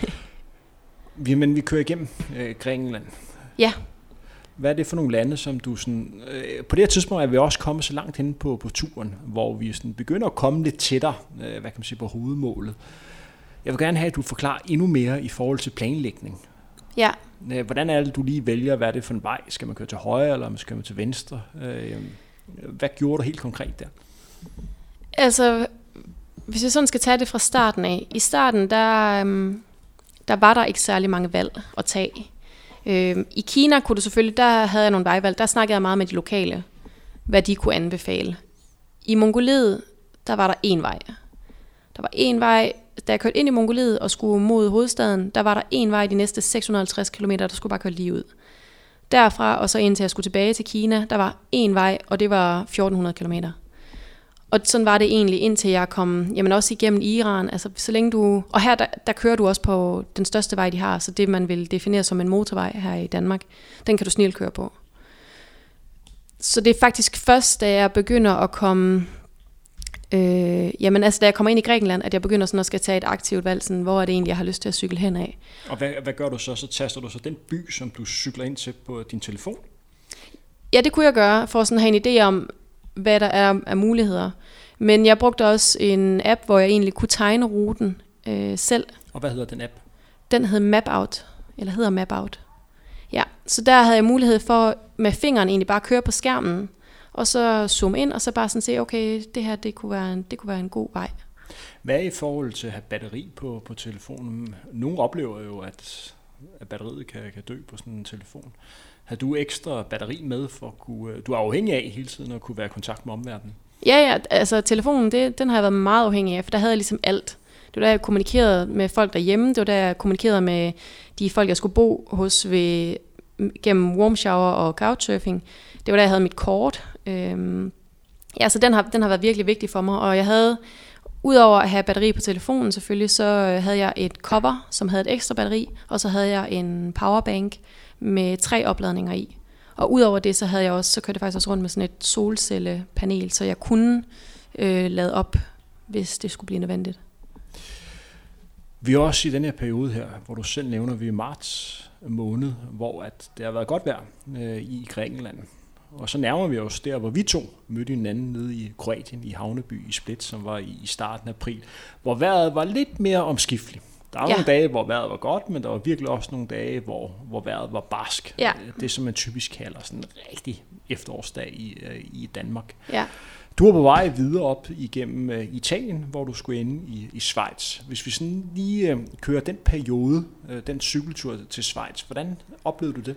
Men vi kører igennem Grækenland. Ja. Hvad er det for nogle lande, som du sådan... på det her tidspunkt er vi også kommet så langt hen på turen, hvor vi sådan begynder at komme lidt tættere, hvad kan man sige, på hovedmålet. Jeg vil gerne have, at du forklarer endnu mere i forhold til planlægning. Ja. Hvordan er det, du lige vælger, hvad er det for en vej? Skal man køre til højre, eller skal man til venstre? Hvad gjorde du helt konkret der? Altså, hvis jeg sådan skal tage det fra starten af. I starten, der var der ikke særlig mange valg at tage. I Kina kunne du selvfølgelig, der havde jeg nogle vejvalg. Der snakkede jeg meget med de lokale, hvad de kunne anbefale. I Mongoliet, der var der én vej. Der var én vej, da jeg kørte ind i Mongoliet og skulle mod hovedstaden, der var der én vej de næste 650 km, der skulle bare køre lige ud. Derfra og så indtil jeg skulle tilbage til Kina, der var én vej, og det var 1400 km. Og sådan var det egentlig, indtil jeg kom, jamen også igennem Iran. Altså, så længe du, og her der kører du også på den største vej, de har, så det man vil definere som en motorvej her i Danmark, den kan du snildt køre på. Så det er faktisk først, da jeg begynder at komme, da jeg kommer ind i Grækenland, at jeg begynder sådan at skal tage et aktivt valg, sådan, hvor er det egentlig, jeg har lyst til at cykle hen af. Og hvad gør du så? Så taster du så den by, som du cykler ind til på din telefon? Ja, det kunne jeg gøre, for sådan at have en idé om, hvad der er af muligheder. Men jeg brugte også en app, hvor jeg egentlig kunne tegne ruten selv. Og hvad hedder den app? Den hedder Mapout. Ja, så der havde jeg mulighed for med fingeren egentlig bare køre på skærmen, og så zoome ind, og så bare sådan se, okay, det her, det kunne være en god vej. Hvad er i forhold til at have batteri på telefonen? Nogle oplever jo, at batteriet kan dø på sådan en telefon. Har du ekstra batteri med for at kunne... Du er afhængig af hele tiden at kunne være i kontakt med omverdenen? Ja, altså telefonen, den har jeg været meget afhængig af, for der havde jeg ligesom alt. Det var da jeg kommunikerede med folk derhjemme, det var da jeg kommunikerede med de folk, jeg skulle bo hos gennem warm shower og couchsurfing. Det var da jeg havde mit kort. Så den har været virkelig vigtig for mig, og jeg havde, udover at have batteri på telefonen selvfølgelig, så havde jeg et cover, som havde et ekstra batteri, og så havde jeg en powerbank med 3 opladninger i. Og udover det, så kørte jeg faktisk også rundt med sådan et solcellepanel, så jeg kunne lade op, hvis det skulle blive nødvendigt. Vi er også i den her periode her, hvor du selv nævner, vi er i marts måned, hvor at det har været godt vejr i Grækenland. Og så nærmer vi os der, hvor vi to mødte hinanden nede i Kroatien, i Havneby i Split, som var i starten af april, hvor vejret var lidt mere omskifteligt. Der var nogle dage, hvor vejret var godt, men der var virkelig også nogle dage, hvor vejret var barsk. Ja. Det, som man typisk kalder sådan en rigtig efterårsdag i Danmark. Ja. Du var på vej videre op igennem Italien, hvor du skulle ende i Schweiz. Hvis vi sådan lige kører den periode, den cykeltur til Schweiz, hvordan oplevede du det?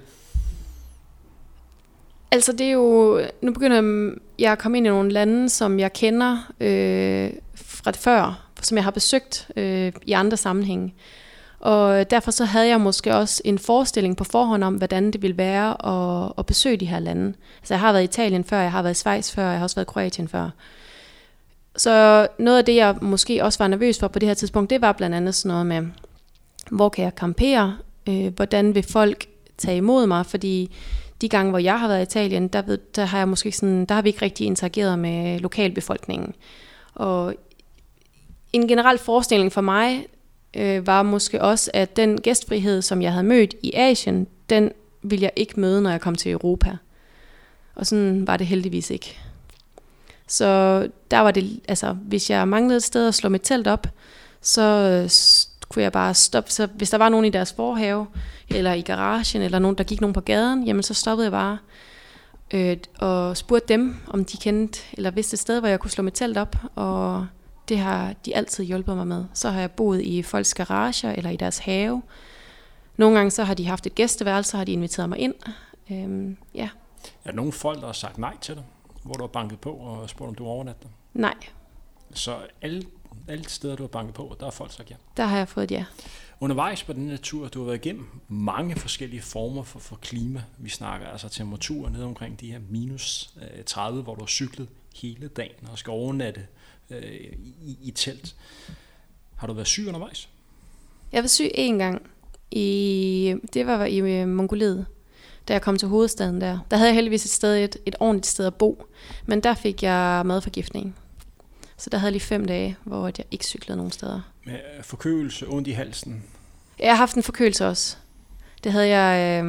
Altså det er jo, nu begynder jeg at komme ind i nogle lande, som jeg kender fra før, som jeg har besøgt i andre sammenhænge. Og derfor så havde jeg måske også en forestilling på forhånd om, hvordan det ville være at besøge de her lande. Altså jeg har været i Italien før, jeg har været i Schweiz før, jeg har også været i Kroatien før. Så noget af det, jeg måske også var nervøs for på det her tidspunkt, det var blandt andet sådan noget med, hvor kan jeg campere? Hvordan vil folk tage imod mig? Fordi de gange, hvor jeg har været i Italien, der har vi ikke rigtig interageret med lokalbefolkningen. Og en generel forestilling for mig var måske også, at den gæstfrihed, som jeg havde mødt i Asien, den ville jeg ikke møde, når jeg kom til Europa. Og sådan var det heldigvis ikke. Så der var det, altså hvis jeg manglede et sted at slå mit telt op, så kunne jeg bare stoppe. Så hvis der var nogen i deres forhave, eller i garagen, eller nogen, der gik nogen på gaden, jamen så stoppede jeg bare og spurgte dem, om de kendte, eller vidste et sted, hvor jeg kunne slå mit telt op, og det har de altid hjulpet mig med. Så har jeg boet i folks garager, eller i deres have. Nogle gange så har de haft et gæsteværelse, så har de inviteret mig ind. Ja. Er der nogle folk, der har sagt nej til dig, hvor du har banket på og spurgt, om du overnatter? Nej. Så alle steder, du har banket på, der har folk sagt ja? Der har jeg fået et ja. Undervejs på den her tur, du har været igennem mange forskellige former for klima. Vi snakker altså temperaturer nede omkring de her minus 30, hvor du har cyklet hele dagen og skal overnatte i telt. Har du været syg undervejs? Jeg var syg 1 gang Det var i Mongoliet, da jeg kom til hovedstaden der. Der havde jeg heldigvis et ordentligt sted at bo, men der fik jeg madforgiftning. Så der havde jeg lige 5 dage, hvor jeg ikke cyklede nogen steder. Med forkølelse, ondt i halsen? Jeg har haft en forkølelse også. Det havde jeg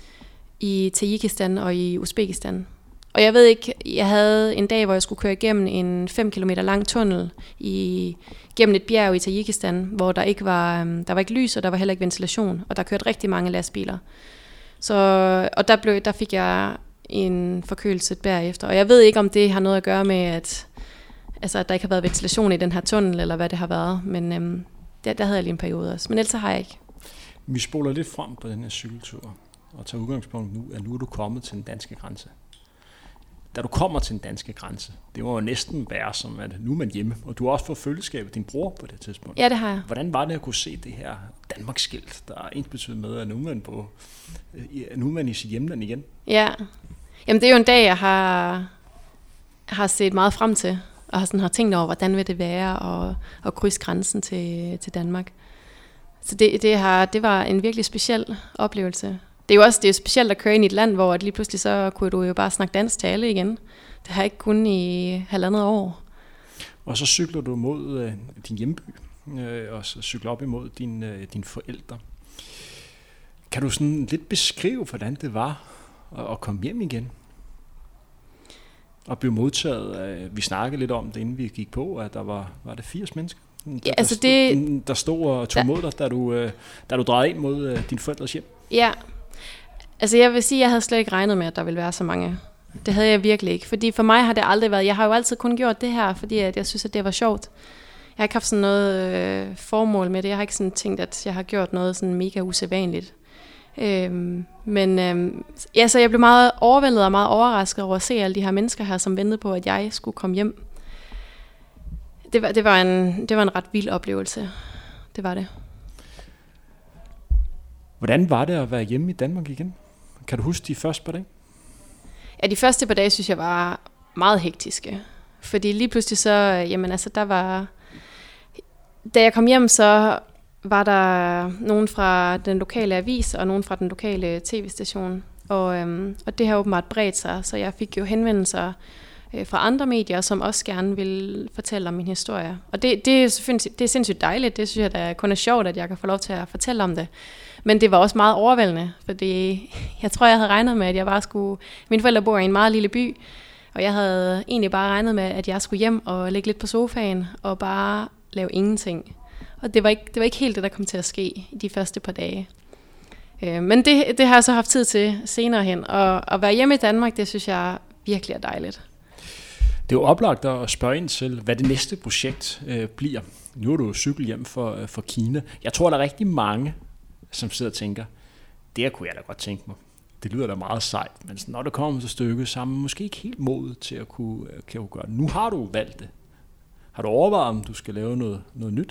i Tajikistan og i Uzbekistan. Og jeg ved ikke, jeg havde en dag, hvor jeg skulle køre igennem en 5 km lang tunnel gennem et bjerg i Tajikistan, hvor der var ikke lys, og der var heller ikke ventilation, og der kørte rigtig mange lastbiler. Og der fik jeg en forkølelse bagefter. Og jeg ved ikke, om det har noget at gøre med, at der ikke har været ventilation i den her tunnel, eller hvad det har været. Men der havde jeg lige en periode også. Men ellers har jeg ikke. Vi spoler lidt frem på den her cykeltur, og tager udgangspunkt nu, at nu er du kommet til den danske grænse. Da du kommer til den danske grænse, det må jo næsten være som, at nu er man hjemme, og du har også fået følgeskab af din bror på det tidspunkt. Ja, det har jeg. Hvordan var det at kunne se det her Danmarksskilt, der er ensbetydende med, at nu er man i sit hjemland igen? Ja, jamen det er jo en dag, jeg har set meget frem til, og har tænkt over, hvordan vil det være at krydse grænsen til Danmark. Så det var en virkelig speciel oplevelse. Det er jo specielt at køre ind i et land, hvor lige pludselig så kunne du jo bare snakke dansk til alle igen. Det har jeg ikke kun i 1,5 år. Og så cykler du mod din hjemby, og så cykler op imod dine forældre. Kan du sådan lidt beskrive, hvordan det var at komme hjem igen? Og blive modtaget. Vi snakkede lidt om det, inden vi gik på, at der var det 80 mennesker? Ja, der stod og tog mod dig, da du drejede ind mod dine forældres hjem? Ja, altså jeg vil sige, at jeg havde slet ikke regnet med, at der ville være så mange. Det havde jeg virkelig ikke, fordi for mig har det aldrig været, jeg har jo altid kun gjort det her, fordi at jeg synes, at det var sjovt. Jeg har ikke haft sådan noget formål med det, jeg har ikke sådan tænkt, at jeg har gjort noget sådan mega usædvanligt. Så jeg blev meget overvældet og meget overrasket over at se alle de her mennesker her, som ventede på, at jeg skulle komme hjem. Det var en ret vild oplevelse. Det var det. Hvordan var det at være hjemme i Danmark igen? Kan du huske de første par dage? Ja, de første par dage synes jeg var meget hektiske. Fordi lige pludselig så, da jeg kom hjem, så var der nogen fra den lokale avis og nogen fra den lokale tv-station. Og det har åbenbart bredt sig, så jeg fik jo henvendelser fra andre medier, som også gerne vil fortælle om min historie. Og det er sindssygt dejligt. Det synes jeg da kun er sjovt, at jeg kan få lov til at fortælle om det. Men det var også meget overvældende, fordi jeg tror, jeg havde regnet med, at jeg bare skulle... Mine forældre bor i en meget lille by, og jeg havde egentlig bare regnet med, at jeg skulle hjem og ligge lidt på sofaen og bare lave ingenting. Og det var ikke helt det, der kom til at ske i de første par dage. Men det har jeg så haft tid til senere hen. Og at være hjemme i Danmark, det synes jeg virkelig er dejligt. Det er jo oplagt at spørge ind til, hvad det næste projekt bliver. Nu er du cykel hjem for Kina. Jeg tror, der er rigtig mange, som sidder og tænker, det her kunne jeg da godt tænke mig. Det lyder da meget sejt, men når det kommer til stykket, så er man måske ikke helt modet til at kunne gøre det. Nu har du valgt det. Har du overvejet, om du skal lave noget nyt?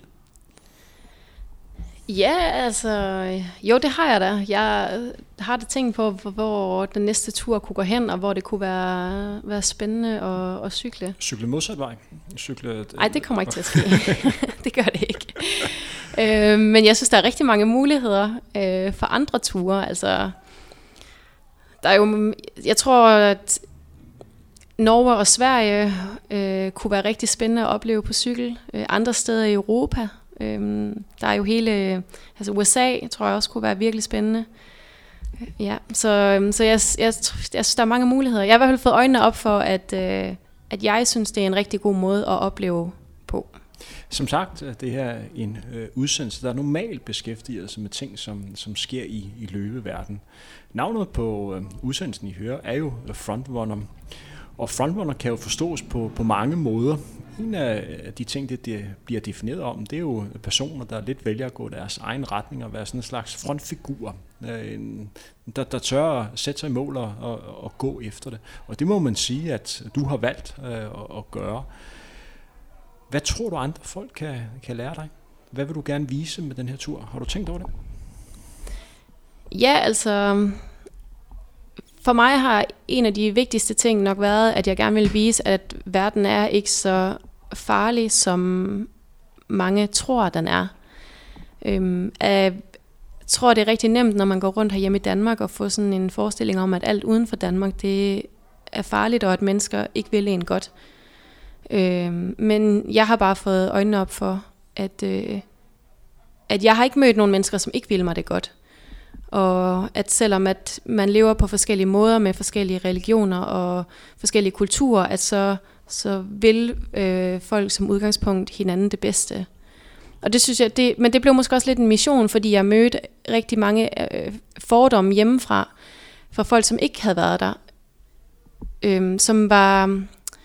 Ja, altså, jo, det har jeg da. Jeg har da tænkt på, hvor den næste tur kunne gå hen, og hvor det kunne være spændende at cykle. Cykle modsat vej? Nej, det kommer ikke til at ske. Det gør det ikke. Men jeg synes, der er rigtig mange muligheder for andre ture. Altså, der er jo, jeg tror, at Norge og Sverige kunne være rigtig spændende at opleve på cykel. Andre steder i Europa. Der er jo USA, tror jeg også kunne være virkelig spændende. Ja, så jeg synes, der er mange muligheder. Jeg har i hvert fald fået øjnene op for, at jeg synes, det er en rigtig god måde at opleve på. Som sagt, det her er en udsendelse, der normalt beskæftiger sig med ting, som sker i løbeverdenen. Navnet på udsendelsen, I hører, er jo Frontrunner. Og Frontrunner kan jo forstås på mange måder. En af de ting, det bliver defineret om, det er jo personer, der lidt vælger at gå deres egen retning og være sådan en slags frontfigur, der tør at sætte sig i mål og gå efter det. Og det må man sige, at du har valgt at gøre. Hvad tror du, andre folk kan lære dig? Hvad vil du gerne vise med den her tur? Har du tænkt over det? Ja, altså... For mig har en af de vigtigste ting nok været, at jeg gerne vil vise, at verden er ikke så farlig, som mange tror, den er. tror, det er rigtig nemt, når man går rundt herhjemme i Danmark og får sådan en forestilling om, at alt uden for Danmark, det er farligt, og at mennesker ikke vil en godt. Men jeg har bare fået øjnene op for, at jeg har ikke mødt nogen mennesker, som ikke vil mig det godt. Og at selvom at man lever på forskellige måder med forskellige religioner og forskellige kulturer, at så vil folk som udgangspunkt hinanden det bedste. Og det synes jeg, men det blev måske også lidt en mission, fordi jeg mødte rigtig mange fordomme hjemmefra, fra folk, som ikke havde været der. Som var,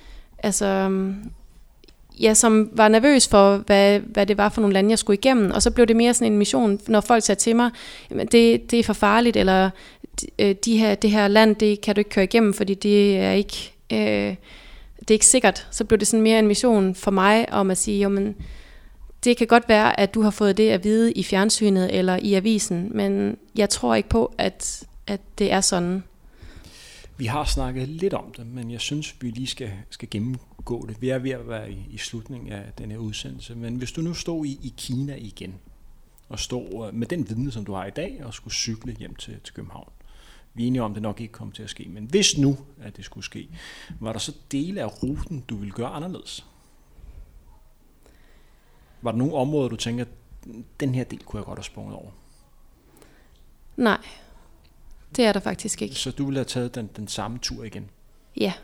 som var nervøs for, hvad det var for nogle lande, jeg skulle igennem. Og så blev det mere sådan en mission, når folk sagde til mig, det er for farligt, eller det her land, det kan du ikke køre igennem, fordi det er ikke sikkert. Så blev det sådan mere en mission for mig om at sige, jo, men det kan godt være, at du har fået det at vide i fjernsynet eller i avisen, men jeg tror ikke på, at det er sådan. Vi har snakket lidt om det, men jeg synes, vi lige skal gennemgå det. Vi er ved at være i slutningen af den her udsendelse, men hvis du nu stod i Kina igen, og stod med den viden, som du har i dag, og skulle cykle hjem til København. Vi er enige om, at det nok ikke kommer til at ske, men hvis nu, at det skulle ske, var der så dele af ruten, du ville gøre anderledes? Var der nogle områder, du tænker, den her del kunne jeg godt have sprunget over? Nej, det er der faktisk ikke. Så du ville have taget den samme tur igen? Ja.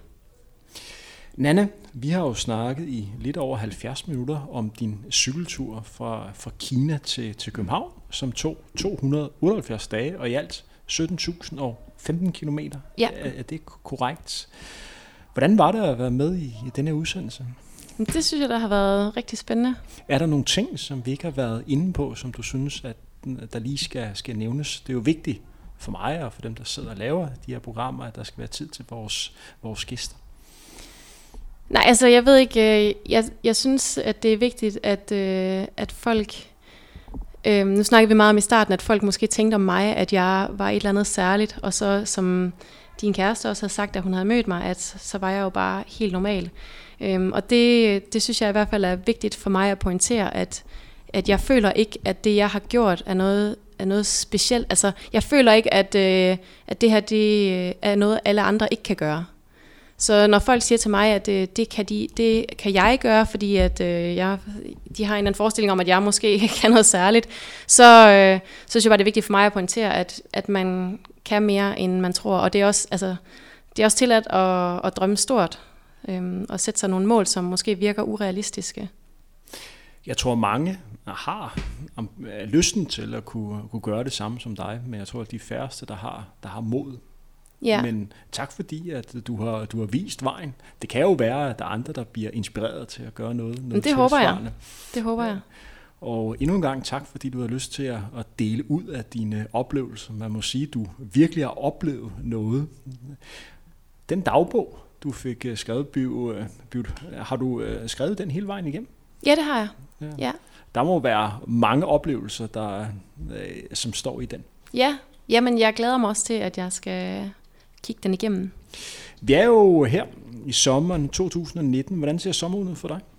Nanna, vi har jo snakket i lidt over 70 minutter om din cykeltur fra Kina til København, som tog 278 dage og i alt 17.015 kilometer. Ja. Er det korrekt? Hvordan var det at være med i denne udsendelse? Det synes jeg, der har været rigtig spændende. Er der nogle ting, som vi ikke har været inde på, som du synes, at der lige skal nævnes? Det er jo vigtigt for mig og for dem, der sidder og laver de her programmer, at der skal være tid til vores gæster. Nej, altså jeg ved ikke, jeg synes, at det er vigtigt, at folk, nu snakkede vi meget om i starten, at folk måske tænkte om mig, at jeg var et eller andet særligt, og så som din kæreste også havde sagt, at hun havde mødt mig, at så var jeg jo bare helt normal. Og det synes jeg i hvert fald er vigtigt for mig at pointere, at jeg føler ikke, at det jeg har gjort er noget specielt. Altså jeg føler ikke, at det her det er noget alle andre ikke kan gøre. Så når folk siger til mig, at det kan jeg gøre, fordi at de har en eller anden forestilling om, at jeg måske kan noget særligt, så synes jeg bare, det er vigtigt for mig at pointere, at man kan mere, end man tror. Og det er også tilladt at drømme stort og sætte sig nogle mål, som måske virker urealistiske. Jeg tror, mange har lysten til at kunne gøre det samme som dig, men jeg tror, at de færreste, der har mod. Ja. Men tak fordi, at du har vist vejen. Det kan jo være, at der er andre, der bliver inspireret til at gøre noget det håber jeg. Det håber jeg. Og endnu en gang tak, fordi du har lyst til at dele ud af dine oplevelser. Man må sige, at du virkelig har oplevet noget. Den dagbog, du fik skrevet, har du skrevet den hele vejen igennem? Ja, det har jeg. Ja. Der må være mange oplevelser, som står i den. Ja, jamen jeg glæder mig også til, at jeg skal kigge den igennem. Vi er jo her i sommeren 2019. Hvordan ser sommeren ud for dig?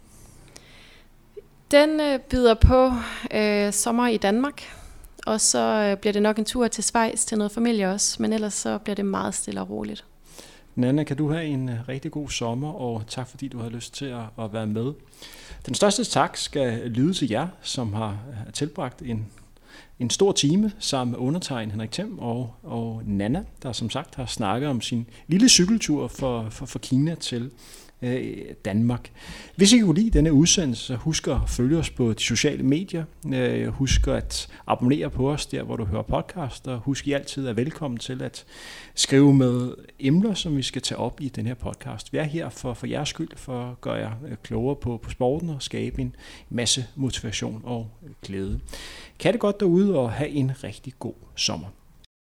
Den byder på sommer i Danmark, og så bliver det nok en tur til Schweiz til noget familie også, men ellers så bliver det meget stille og roligt. Nanna, kan du have en rigtig god sommer, og tak fordi du har lyst til at være med. Den største tak skal lyde til jer, som har tilbragt en stor time sammen med undertegn Henrik Them og Nanna, der som sagt har snakket om sin lille cykeltur for Kina til Danmark. Hvis I kunne lide denne udsendelse, så husk at følge os på de sociale medier. Husk at abonnere på os der, hvor du hører podcast, og husk I altid er velkommen til at skrive med emner, som vi skal tage op i den her podcast. Vi er her for jeres skyld, for at gøre jer klogere på sporten og skabe en masse motivation og glæde. Kan det godt derude og have en rigtig god sommer.